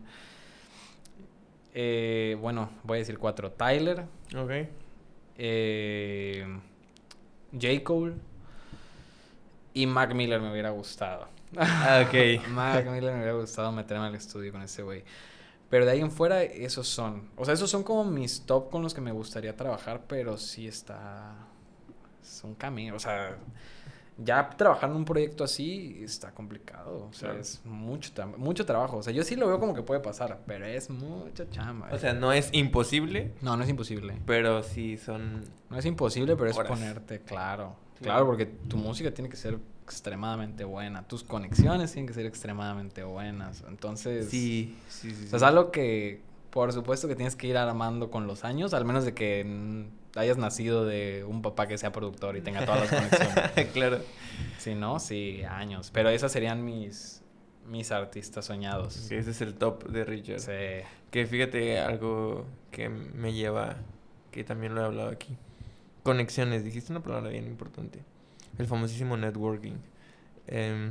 Eh, bueno, voy a decir cuatro. Tyler, Ok. eh, J. Cole y Mac Miller me hubiera gustado. Ah, ok. Mac Miller me hubiera gustado meterme al estudio con ese güey. Pero de ahí en fuera, esos son. O sea, esos son como mis top con los que me gustaría trabajar, pero sí está... Es un camino, o sea... Ya trabajar en un proyecto así está complicado. O sea, Claro. es mucho, tra- mucho trabajo. O sea, yo sí lo veo como que puede pasar, pero es mucha chamba. O sea, no es imposible, no, no es imposible. pero sí son... No es imposible, pero es Horas. ponerte, claro. Claro. Claro, porque tu música tiene que ser extremadamente buena. Tus conexiones tienen que ser extremadamente buenas. Entonces, Sí, sí, sí. o sea, sí. es algo que, por supuesto, que tienes que ir armando con los años, al menos de que mm, hayas nacido de un papá que sea productor y tenga todas las conexiones. Claro. Si no, sí, años. Pero esas serían mis, mis artistas soñados. Que ese es el top de Richard. Sí. Que fíjate algo que me lleva, que también lo he hablado aquí. conexiones, dijiste una palabra bien importante. El famosísimo networking. Eh,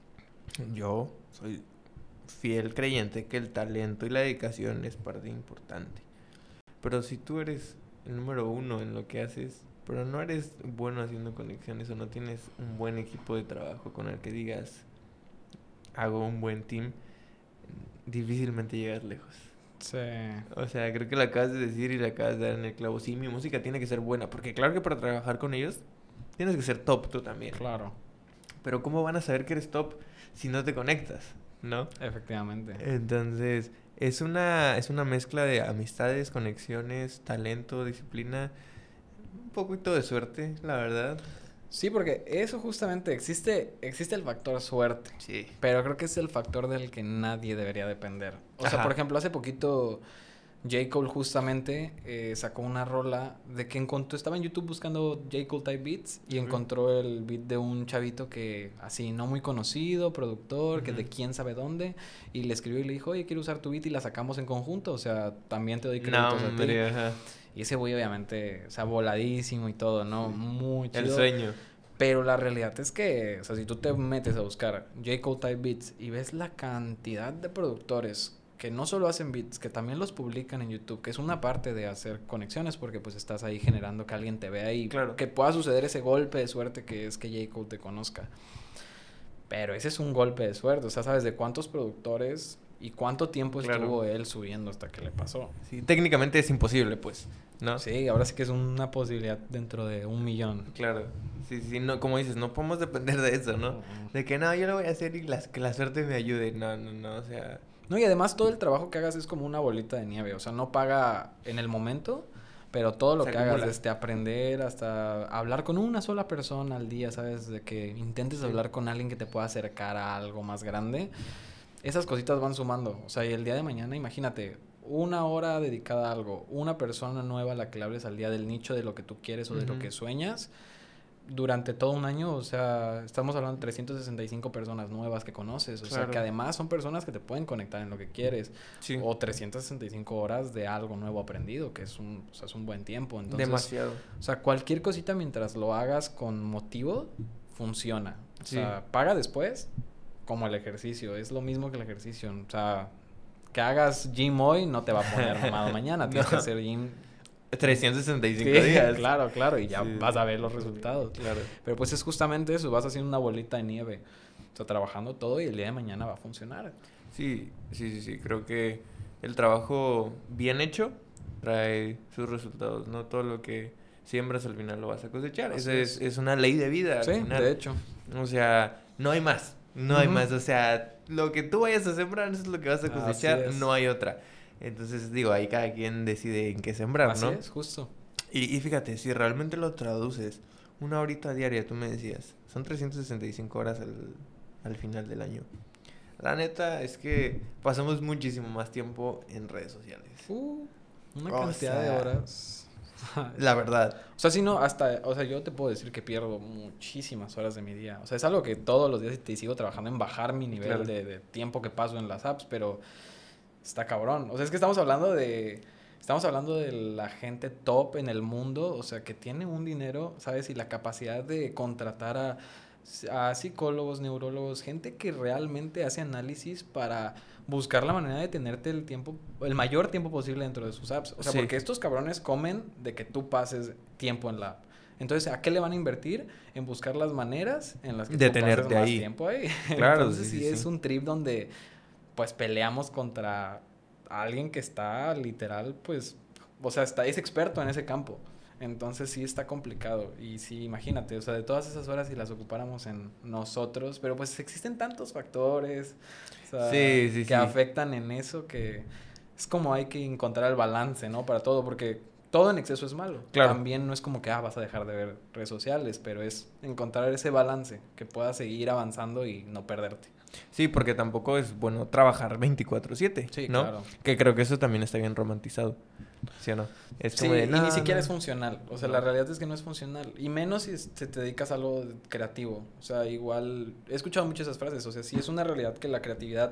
yo soy fiel creyente que el talento y la dedicación es parte importante. Pero si tú eres el número uno en lo que haces, pero no eres bueno haciendo conexiones o no tienes un buen equipo de trabajo con el que digas, hago un buen team, difícilmente llegas lejos. Sí. O sea, creo que lo acabas de decir y le acabas de dar en el clavo. Sí, mi música tiene que ser buena, porque claro que para trabajar con ellos tienes que ser top tú también. Claro. Pero ¿cómo van a saber que eres top si no te conectas, no? Efectivamente. Entonces, es una, es una mezcla de amistades, conexiones, talento, disciplina, un poquito de suerte, la verdad. Sí, porque eso justamente existe, existe el factor suerte. Sí. Pero creo que es el factor del que nadie debería depender. O sea, Ajá. por ejemplo, hace poquito J. Cole justamente eh, sacó una rola de que encontró, estaba en YouTube buscando J. Cole type beats y Uh-huh. encontró el beat de un chavito que así no muy conocido, productor, uh-huh. que de quién sabe dónde, y le escribió y le dijo, oye, quiero usar tu beat y la sacamos en conjunto, o sea, también te doy créditos no, a ti. hombre, ajá. Y ese güey obviamente, o sea, voladísimo y todo, ¿no? Sí. Muy chido. El sueño. Pero la realidad es que, o sea, si tú te metes a buscar J. Cole type beats y ves la cantidad de productores que no solo hacen beats, que también los publican en YouTube, que es una parte de hacer conexiones, porque pues estás ahí generando que alguien te vea y claro. que pueda suceder ese golpe de suerte que es que J. Cole te conozca. Pero ese es un golpe de suerte, o sea, ¿sabes de cuántos productores y cuánto tiempo claro. estuvo él subiendo hasta que le pasó? Sí, técnicamente es imposible, pues, ¿no? Sí, ahora sí que es una posibilidad dentro de un millón. Claro. Sí, sí, no, como dices, no podemos depender de eso, ¿no? Uh-huh. De que no, yo lo voy a hacer y las, que la suerte me ayude. No, no, no, o sea... No, y además todo el trabajo que hagas es como una bolita de nieve, o sea, no paga en el momento, pero todo lo Se que acumula. hagas, desde aprender hasta hablar con una sola persona al día, ¿sabes? De que intentes sí. hablar con alguien que te pueda acercar a algo más grande, esas cositas van sumando, o sea, y el día de mañana, imagínate, una hora dedicada a algo, una persona nueva a la que le hables al día del nicho de lo que tú quieres o uh-huh. de lo que sueñas, durante todo un año, o sea, estamos hablando de trescientas sesenta y cinco personas nuevas que conoces, o claro. sea, que además son personas que te pueden conectar en lo que quieres, sí. o trescientas sesenta y cinco horas de algo nuevo aprendido, que es un, o sea, es un buen tiempo, entonces, demasiado. O sea, cualquier cosita mientras lo hagas con motivo, funciona, o sí. sea, paga después, como el ejercicio, es lo mismo que el ejercicio, o sea, que hagas gym hoy no te va a poner mamado mañana, tienes no. que hacer gym trescientos sesenta y cinco sí, días. Claro, claro, y ya sí. vas a ver los resultados. Claro. Pero pues es justamente eso, vas haciendo una bolita de nieve. O sea, trabajando todo y el día de mañana va a funcionar. Sí, sí, sí, sí. Creo que el trabajo bien hecho trae sus resultados. No todo lo que siembras al final lo vas a cosechar. Esa es, es una ley de vida. Sí, al final. de hecho. O sea, no hay más. No uh-huh. hay más. O sea, lo que tú vayas a sembrar eso es lo que vas a cosechar. No hay otra. Entonces, digo, ahí cada quien decide en qué sembrar, Así ¿no? Así es, justo. Y, y fíjate, si realmente lo traduces, una horita diaria, tú me decías, son trescientas sesenta y cinco horas al, al final del año. La neta es que pasamos muchísimo más tiempo en redes sociales. Uh, una o cantidad sea, de horas. La verdad. O sea, si no, hasta, o sea, yo te puedo decir que pierdo muchísimas horas de mi día. O sea, es algo que todos los días te sigo trabajando en bajar mi nivel claro. de, de tiempo que paso en las apps, pero... Está cabrón. O sea, es que estamos hablando de... Estamos hablando de la gente top en el mundo. O sea, que tiene un dinero, ¿sabes? Y la capacidad de contratar a, a psicólogos, neurólogos, gente que realmente hace análisis para buscar la manera de tenerte el tiempo, el mayor tiempo posible dentro de sus apps. O sea, sí. porque estos cabrones comen de que tú pases tiempo en la app. Entonces, ¿a qué le van a invertir? En buscar las maneras en las que de tú tenerte pases más ahí. tiempo ahí. Claro, Entonces, sí, sí, sí, es sí. un trip donde... pues peleamos contra alguien que está literal, pues, o sea, está, es experto en ese campo. Entonces sí está complicado. Y sí, imagínate, o sea, de todas esas horas si las ocupáramos en nosotros, pero pues existen tantos factores, o sea, sí, sí, que sí. afectan en eso que es como hay que encontrar el balance, ¿no? Para todo, porque todo en exceso es malo. Claro. También no es como que, ah, vas a dejar de ver redes sociales, pero es encontrar ese balance que pueda seguir avanzando y no perderte. Sí, porque tampoco es bueno trabajar veinticuatro siete, sí, ¿no? Claro. Que creo que eso también está bien romantizado, ¿sí o no? Es como sí, de, no, y ni siquiera no. es funcional. O sea, no. la realidad es que no es funcional. Y menos si te dedicas a algo creativo. O sea, igual... He escuchado muchas esas frases. O sea, sí es una realidad que la creatividad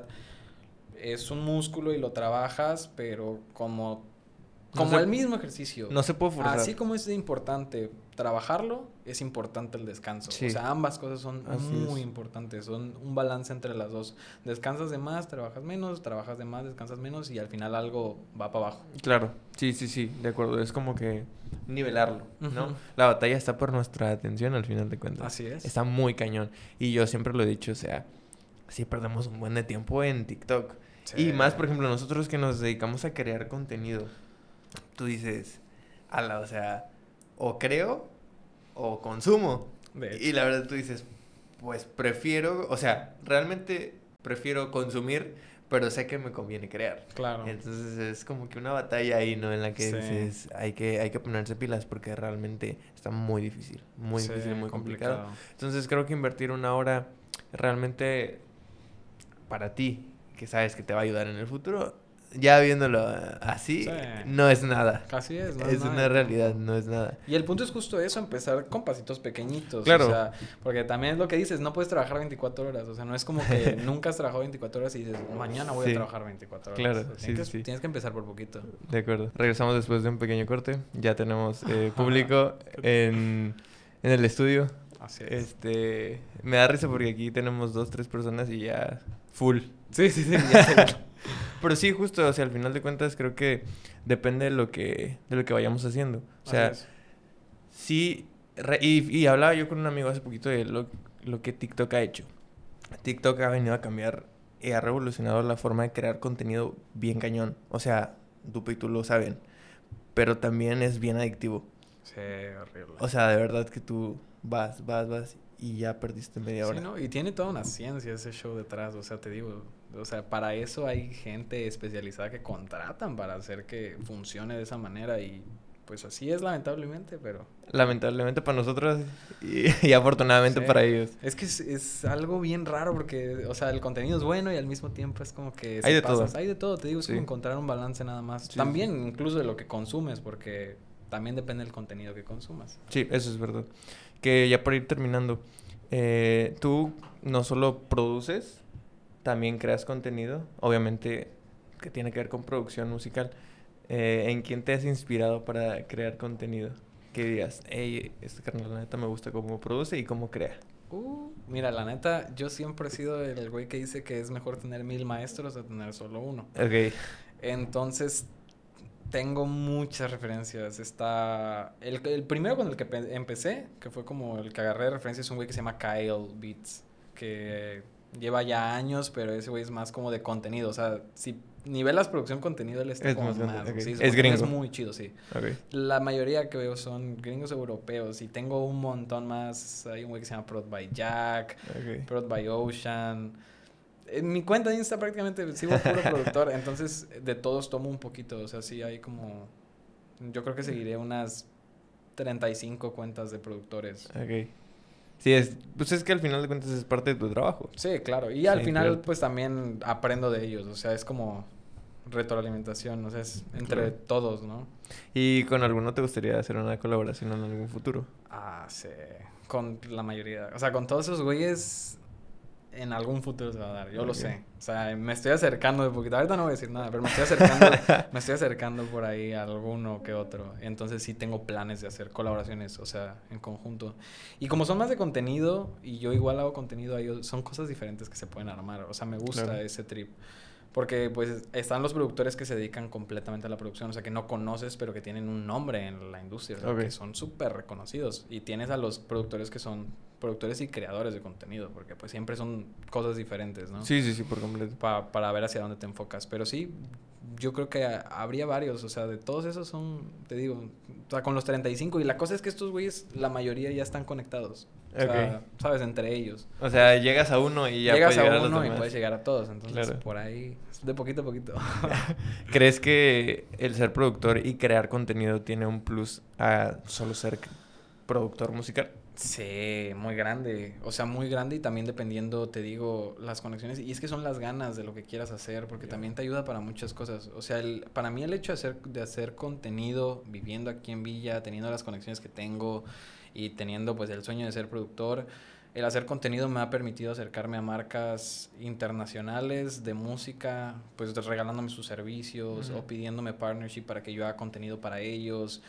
es un músculo y lo trabajas, pero como... Como no se, el mismo ejercicio. No se puede forzar. Así como es importante trabajarlo, es importante el descanso. Sí. O sea, ambas cosas son Así muy es. importantes. Son un balance entre las dos. Descansas de más, trabajas menos, trabajas de más, descansas menos y al final algo va para abajo. Claro, sí, sí, sí, de acuerdo. Es como que nivelarlo, ¿no? Ujú. La batalla está por nuestra atención al final de cuentas. Así es. Está muy cañón. Y yo siempre lo he dicho, o sea, sí perdemos un buen de tiempo en TikTok. Sí. Y más, por ejemplo, nosotros que nos dedicamos a crear contenido. Tú dices, ala, o sea, o creo o consumo. De Y hecho. la verdad tú dices, pues prefiero, o sea, realmente prefiero consumir, pero sé que me conviene crear. Claro. Entonces es como que una batalla ahí, ¿no? En la que Sí. dices, hay que, hay que ponerse pilas porque realmente está muy difícil, muy Sí, difícil, muy complicado. complicado. Entonces creo que invertir una hora realmente para ti, que sabes que te va a ayudar en el futuro, ya viéndolo eh, así, Sí. no es nada. Así es, no Es nada una de realidad, tiempo. no es nada. Y el punto es justo eso, empezar con pasitos pequeñitos, Claro. o sea, porque también es lo que dices, no puedes trabajar veinticuatro horas, o sea, no es como que nunca has trabajado veinticuatro horas y dices, mañana voy Sí. a trabajar veinticuatro horas. Claro, O sea, sí, tienes, sí, que, sí. tienes que empezar por poquito. De acuerdo. Regresamos después de un pequeño corte. Ya tenemos eh, público en, en el estudio. Así es. Este, me da risa porque aquí tenemos dos, tres personas y ya full. Sí, sí, sí, ya sé. Pero sí, justo, o sea, al final de cuentas creo que depende de lo que, de lo que vayamos haciendo. O sea, Así es. sí, re- y, y hablaba yo con un amigo hace poquito de lo, lo que TikTok ha hecho. TikTok ha venido a cambiar y ha revolucionado la forma de crear contenido bien cañón. O sea, Dupe y tú lo saben. Pero también es bien adictivo. Sí, horrible. O sea, de verdad que tú vas, vas, vas y ya perdiste media hora. Sí, ¿no? Y tiene toda una ciencia ese show detrás, o sea, te digo, o sea, para eso hay gente especializada que contratan para hacer que funcione de esa manera y pues así es lamentablemente, pero... Lamentablemente para nosotros y, y afortunadamente Sí. para ellos. Es que es, es algo bien raro porque, o sea, el contenido es bueno y al mismo tiempo es como que Hay se de pasas. todo. Hay de todo, te digo, es Sí. como encontrar un balance nada más. Sí, También sí. incluso de lo que consumes, porque también depende del contenido que consumas. Sí, eso es verdad. Que ya para ir terminando, eh, tú no solo produces, también creas contenido, obviamente que tiene que ver con producción musical. Eh, ¿en quién te has inspirado para crear contenido? Que digas, hey, este carnal, la neta me gusta cómo produce y cómo crea. Uh, mira, la neta, yo siempre he sido el güey que dice que es mejor tener mil maestros a tener solo uno. Ok. Entonces, tengo muchas referencias. Está... El, el primero con el que pe- empecé, que fue como el que agarré de referencia, es un güey que se llama Kyle Beats, que lleva ya años, pero ese güey es más como de contenido. O sea, si nivelas producción contenido, él está Es como más grande, más. ok. Sí, su Es contenido gringo. es muy chido, sí. Ok. La mayoría que veo son gringos europeos y tengo un montón más. Hay un güey que se llama Prod by Jack, Ok. Prod by Ocean. En mi cuenta de Insta prácticamente sigo puro productor, entonces de todos tomo un poquito, o sea, sí hay como... Yo creo que seguiré unas treinta y cinco cuentas de productores. Ok. Sí, es, pues es que al final de cuentas es parte de tu trabajo. Sí, claro, y Sí, al final claro. pues también aprendo de ellos, o sea, es como retroalimentación, o sea, es entre Claro. todos, ¿no? ¿Y con alguno te gustaría hacer una colaboración en algún futuro? Ah, sí, con la mayoría, o sea, con todos esos güeyes en algún futuro se va a dar, yo lo Ok. sé. O sea, me estoy acercando de poquito. Ahorita no voy a decir nada, pero me estoy acercando, me estoy acercando por ahí a alguno que otro. Entonces sí tengo planes de hacer colaboraciones, o sea, en conjunto. Y como son más de contenido y yo igual hago contenido, ahí son cosas diferentes que se pueden armar. O sea, me gusta Claro. ese trip. Porque pues están los productores que se dedican completamente a la producción, o sea, que no conoces, pero que tienen un nombre en la industria, o sea, Ok. que son súper reconocidos. Y tienes a los productores que son productores y creadores de contenido, porque pues siempre son cosas diferentes, ¿no? Sí, sí, sí, por completo. Pa- para ver hacia dónde te enfocas. Pero sí, yo creo que ha- habría varios, o sea, de todos esos son, te digo, o sea, con los treinta y cinco. Y la cosa es que estos güeyes, la mayoría ya están conectados. O sea, Ok. sabes, entre ellos. O sea, llegas a uno y ya Llegas puedes llegar a a los uno y demás. puedes llegar a todos. Entonces, Claro. por ahí, de poquito a poquito. ¿Crees que el ser productor y crear contenido tiene un plus a solo ser productor musical? Sí, muy grande, o sea, muy grande y también dependiendo, te digo, las conexiones. Y es que son las ganas de lo que quieras hacer, porque Ya. también te ayuda para muchas cosas. O sea, el, para mí el hecho de hacer, de hacer contenido, viviendo aquí en Villa, teniendo las conexiones que tengo y teniendo pues el sueño de ser productor, el hacer contenido me ha permitido acercarme a marcas internacionales de música, pues regalándome sus servicios Ujú. o pidiéndome partnership para que yo haga contenido para ellos.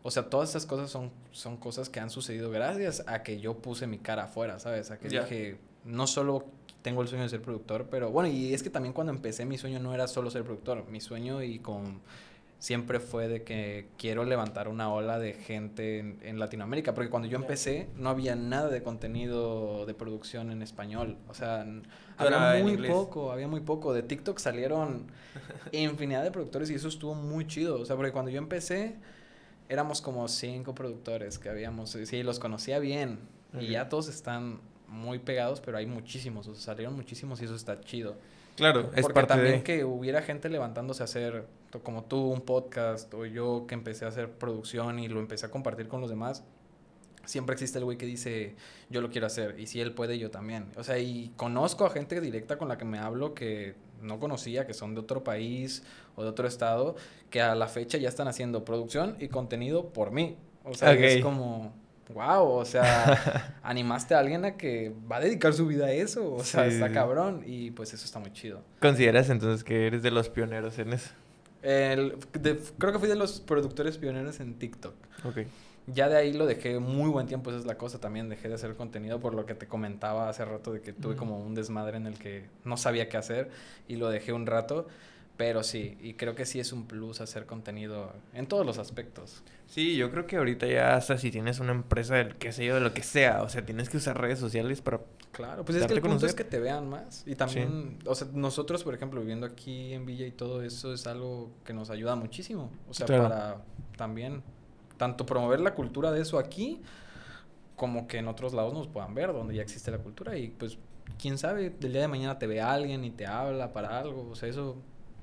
O sea, todas esas cosas son, son cosas que han sucedido gracias a que yo puse mi cara afuera, ¿sabes? A que Ya. dije, no solo tengo el sueño de ser productor, pero bueno, y es que también cuando empecé mi sueño no era solo ser productor, mi sueño y con siempre fue de que quiero levantar una ola de gente en, en Latinoamérica, porque cuando yo Ya. empecé no había nada de contenido de producción en español, o sea, n- Todo había era en muy inglés. poco, había muy poco, de TikTok salieron infinidad de productores y eso estuvo muy chido, o sea, porque cuando yo empecé éramos como cinco productores que habíamos, sí, los conocía bien y Ok. ya todos están muy pegados, pero hay muchísimos, o sea, salieron muchísimos y eso está chido. Claro, es Porque parte también de... que hubiera gente levantándose a hacer, to- como tú, un podcast, o yo que empecé a hacer producción y lo empecé a compartir con los demás, siempre existe el güey que dice, yo lo quiero hacer, y si él puede, yo también. O sea, y conozco a gente directa con la que me hablo que no conocía, que son de otro país o de otro estado, que a la fecha ya están haciendo producción y contenido por mí. O sea, y es Ok. como, wow, o sea, animaste a alguien a que va a dedicar su vida a eso, o sea, Sí, está sí, sí. cabrón, y pues eso está muy chido. ¿Consideras entonces que eres de los pioneros en eso? El, de- creo que fui de los productores pioneros en TikTok. Ok. Ya de ahí lo dejé muy buen tiempo, esa es la cosa también, dejé de hacer contenido por lo que te comentaba hace rato de que tuve Ujú. como un desmadre en el que no sabía qué hacer y lo dejé un rato, pero sí, y creo que sí es un plus hacer contenido en todos los aspectos. Sí, yo creo que ahorita ya hasta si tienes una empresa del qué sé yo, de lo que sea, o sea, tienes que usar redes sociales para Claro, pues es que darte el a punto es conocer. que te vean más y Sí, también, o sea, nosotros, por ejemplo, viviendo aquí en Villa y todo eso es algo que nos ayuda muchísimo, o sea, claro. para también tanto promover la cultura de eso aquí como que en otros lados nos puedan ver, donde ya existe la cultura y pues quién sabe, del día de mañana te ve alguien y te habla para algo, o sea, eso,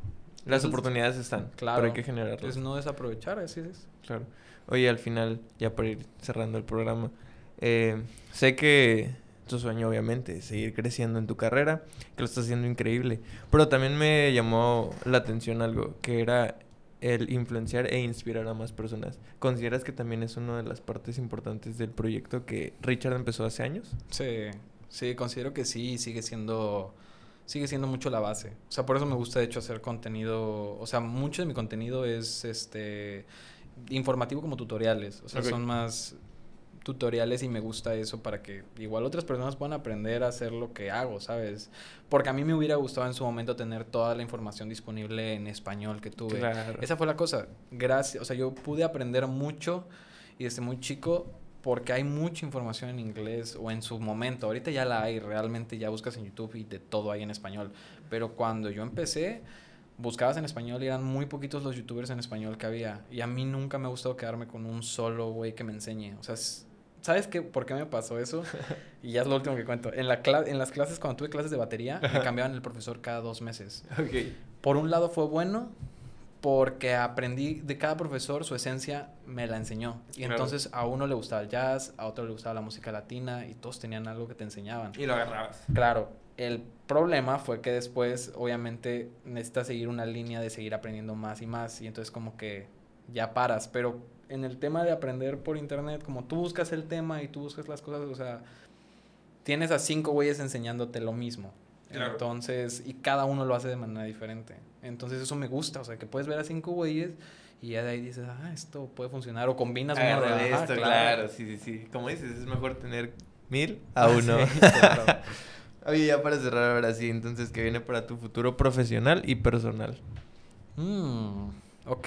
Las eso es, oportunidades están, pero hay claro, que es generarlas. no desaprovechar, así es. Claro. Oye, al final, ya para ir cerrando el programa, eh, sé que tu sueño obviamente es seguir creciendo en tu carrera, que lo estás haciendo increíble, pero también me llamó la atención algo, que era el influenciar e inspirar a más personas. ¿Consideras que también es una de las partes importantes del proyecto que Richard empezó hace años? Sí, sí, considero que sí, sigue siendo, sigue siendo mucho la base. O sea, por eso me gusta de hecho hacer contenido, o sea, mucho de mi contenido es este informativo como tutoriales, o sea, Ok. son más tutoriales y me gusta eso para que igual otras personas puedan aprender a hacer lo que hago, ¿sabes? Porque a mí me hubiera gustado en su momento tener toda la información disponible en español que tuve. Claro. Esa fue la cosa. Gracias, o sea, yo pude aprender mucho y desde muy chico porque hay mucha información en inglés o en su momento. Ahorita ya la hay, realmente ya buscas en YouTube y de todo hay en español. Pero cuando yo empecé, buscabas en español y eran muy poquitos los youtubers en español que había. Y a mí nunca me ha gustado quedarme con un solo güey que me enseñe. O sea, es- ¿sabes qué? ¿Por qué me pasó eso? Y ya es lo último que cuento. En, la cla- en las clases, cuando tuve clases de batería, me cambiaban el profesor cada dos meses. Ok. Por un lado fue bueno porque aprendí de cada profesor, su esencia me la enseñó. Y Claro. entonces a uno le gustaba el jazz, a otro le gustaba la música latina y todos tenían algo que te enseñaban. Y lo agarrabas. Claro, el problema fue que después, obviamente, necesitas seguir una línea de seguir aprendiendo más y más. Y entonces, como que ya paras. Pero en el tema de aprender por internet, como tú buscas el tema y tú buscas las cosas, o sea, tienes a cinco güeyes enseñándote lo mismo. Claro. Entonces, y cada uno lo hace de manera diferente. Entonces, eso me gusta. O sea, que puedes ver a cinco güeyes y ya de ahí dices, ah, esto puede funcionar. O combinas uno de Agarra de ajá, esto, claro. Sí, sí, sí. Como dices, es mejor tener mil a uno. Sí, claro. Oye, ya para cerrar ahora sí, entonces, ¿qué viene para tu futuro profesional y personal? Mm, ok.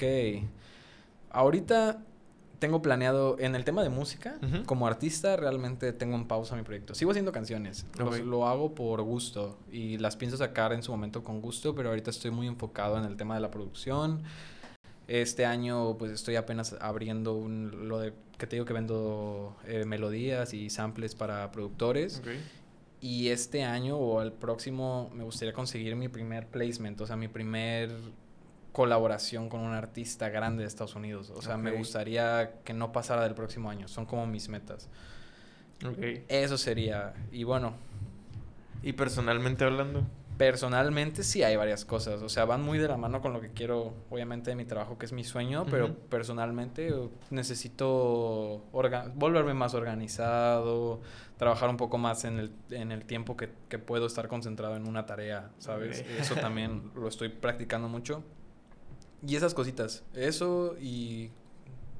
Ahorita tengo planeado en el tema de música, Ujú. como artista realmente tengo en pausa mi proyecto. Sigo haciendo canciones, los- Ok. lo hago por gusto y las pienso sacar en su momento con gusto, pero ahorita estoy muy enfocado en el tema de la producción. Este año pues estoy apenas abriendo un, lo de que te digo que vendo eh, melodías y samples para productores. Ok. Y este año o el próximo me gustaría conseguir mi primer placement, o sea, mi primer colaboración con un artista grande de Estados Unidos. O sea, Ok. me gustaría que no pasara del próximo año. Son como mis metas. Ok. Eso sería. Y bueno, ¿Y personalmente hablando? personalmente sí hay varias cosas. O sea, van muy de la mano con lo que quiero, obviamente, de mi trabajo, que es mi sueño. Pero Ujú. personalmente uh, necesito orga- volverme más organizado, trabajar un poco más en el, en el tiempo que, que puedo estar concentrado en una tarea, ¿sabes? Ok. Eso también lo estoy practicando mucho. Y esas cositas. Eso y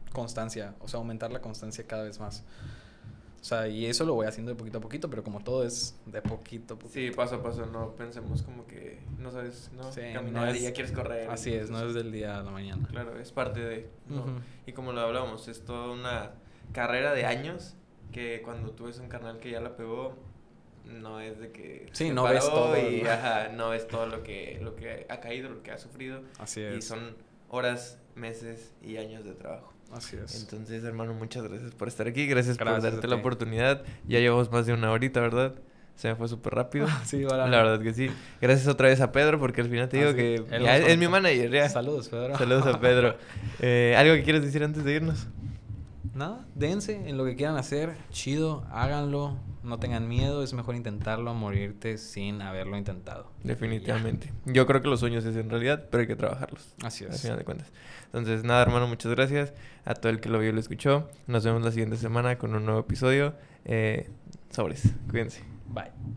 constancia, o sea, aumentar la constancia cada vez más. O sea, y eso lo voy haciendo de poquito a poquito, pero como todo es de poquito a poquito. Sí, paso a paso, no pensemos como que, no sabes, no, Sí, caminar no y es- ya quieres correr. Así es, no es del día a la mañana. Claro, es parte de, ¿no? Ujú. Y como lo hablamos, es toda una carrera de años que cuando tú ves un carnal que ya la pegó, no es de que Sí, se no ves paró todo, y ¿no? ajá, no ves todo lo que, lo que ha caído, lo que ha sufrido. Así Y es. son horas, meses y años de trabajo. Así es. Entonces, hermano, muchas gracias por estar aquí. Gracias, Gracias por a darte la ti. oportunidad. Ya llevamos más de una horita, ¿verdad? Se me fue súper rápido. Sí, ahora. La verdad que sí. Gracias otra vez a Pedro, porque al final te digo Ah, sí. que Él ya nos es, es mi comentó. manager, ya. Saludos, Pedro. Saludos a Pedro. Eh, ¿Algo que quieres decir antes de irnos? Nada, dense en lo que quieran hacer, chido, háganlo, no tengan miedo, es mejor intentarlo a morirte sin haberlo intentado. Definitivamente. Yo creo que los sueños es en realidad, pero hay que trabajarlos. Así Al es. final de cuentas. Entonces, nada, hermano, muchas gracias. A todo el que lo vio y lo escuchó. Nos vemos la siguiente semana con un nuevo episodio. Eh, sobres. Cuídense. Bye.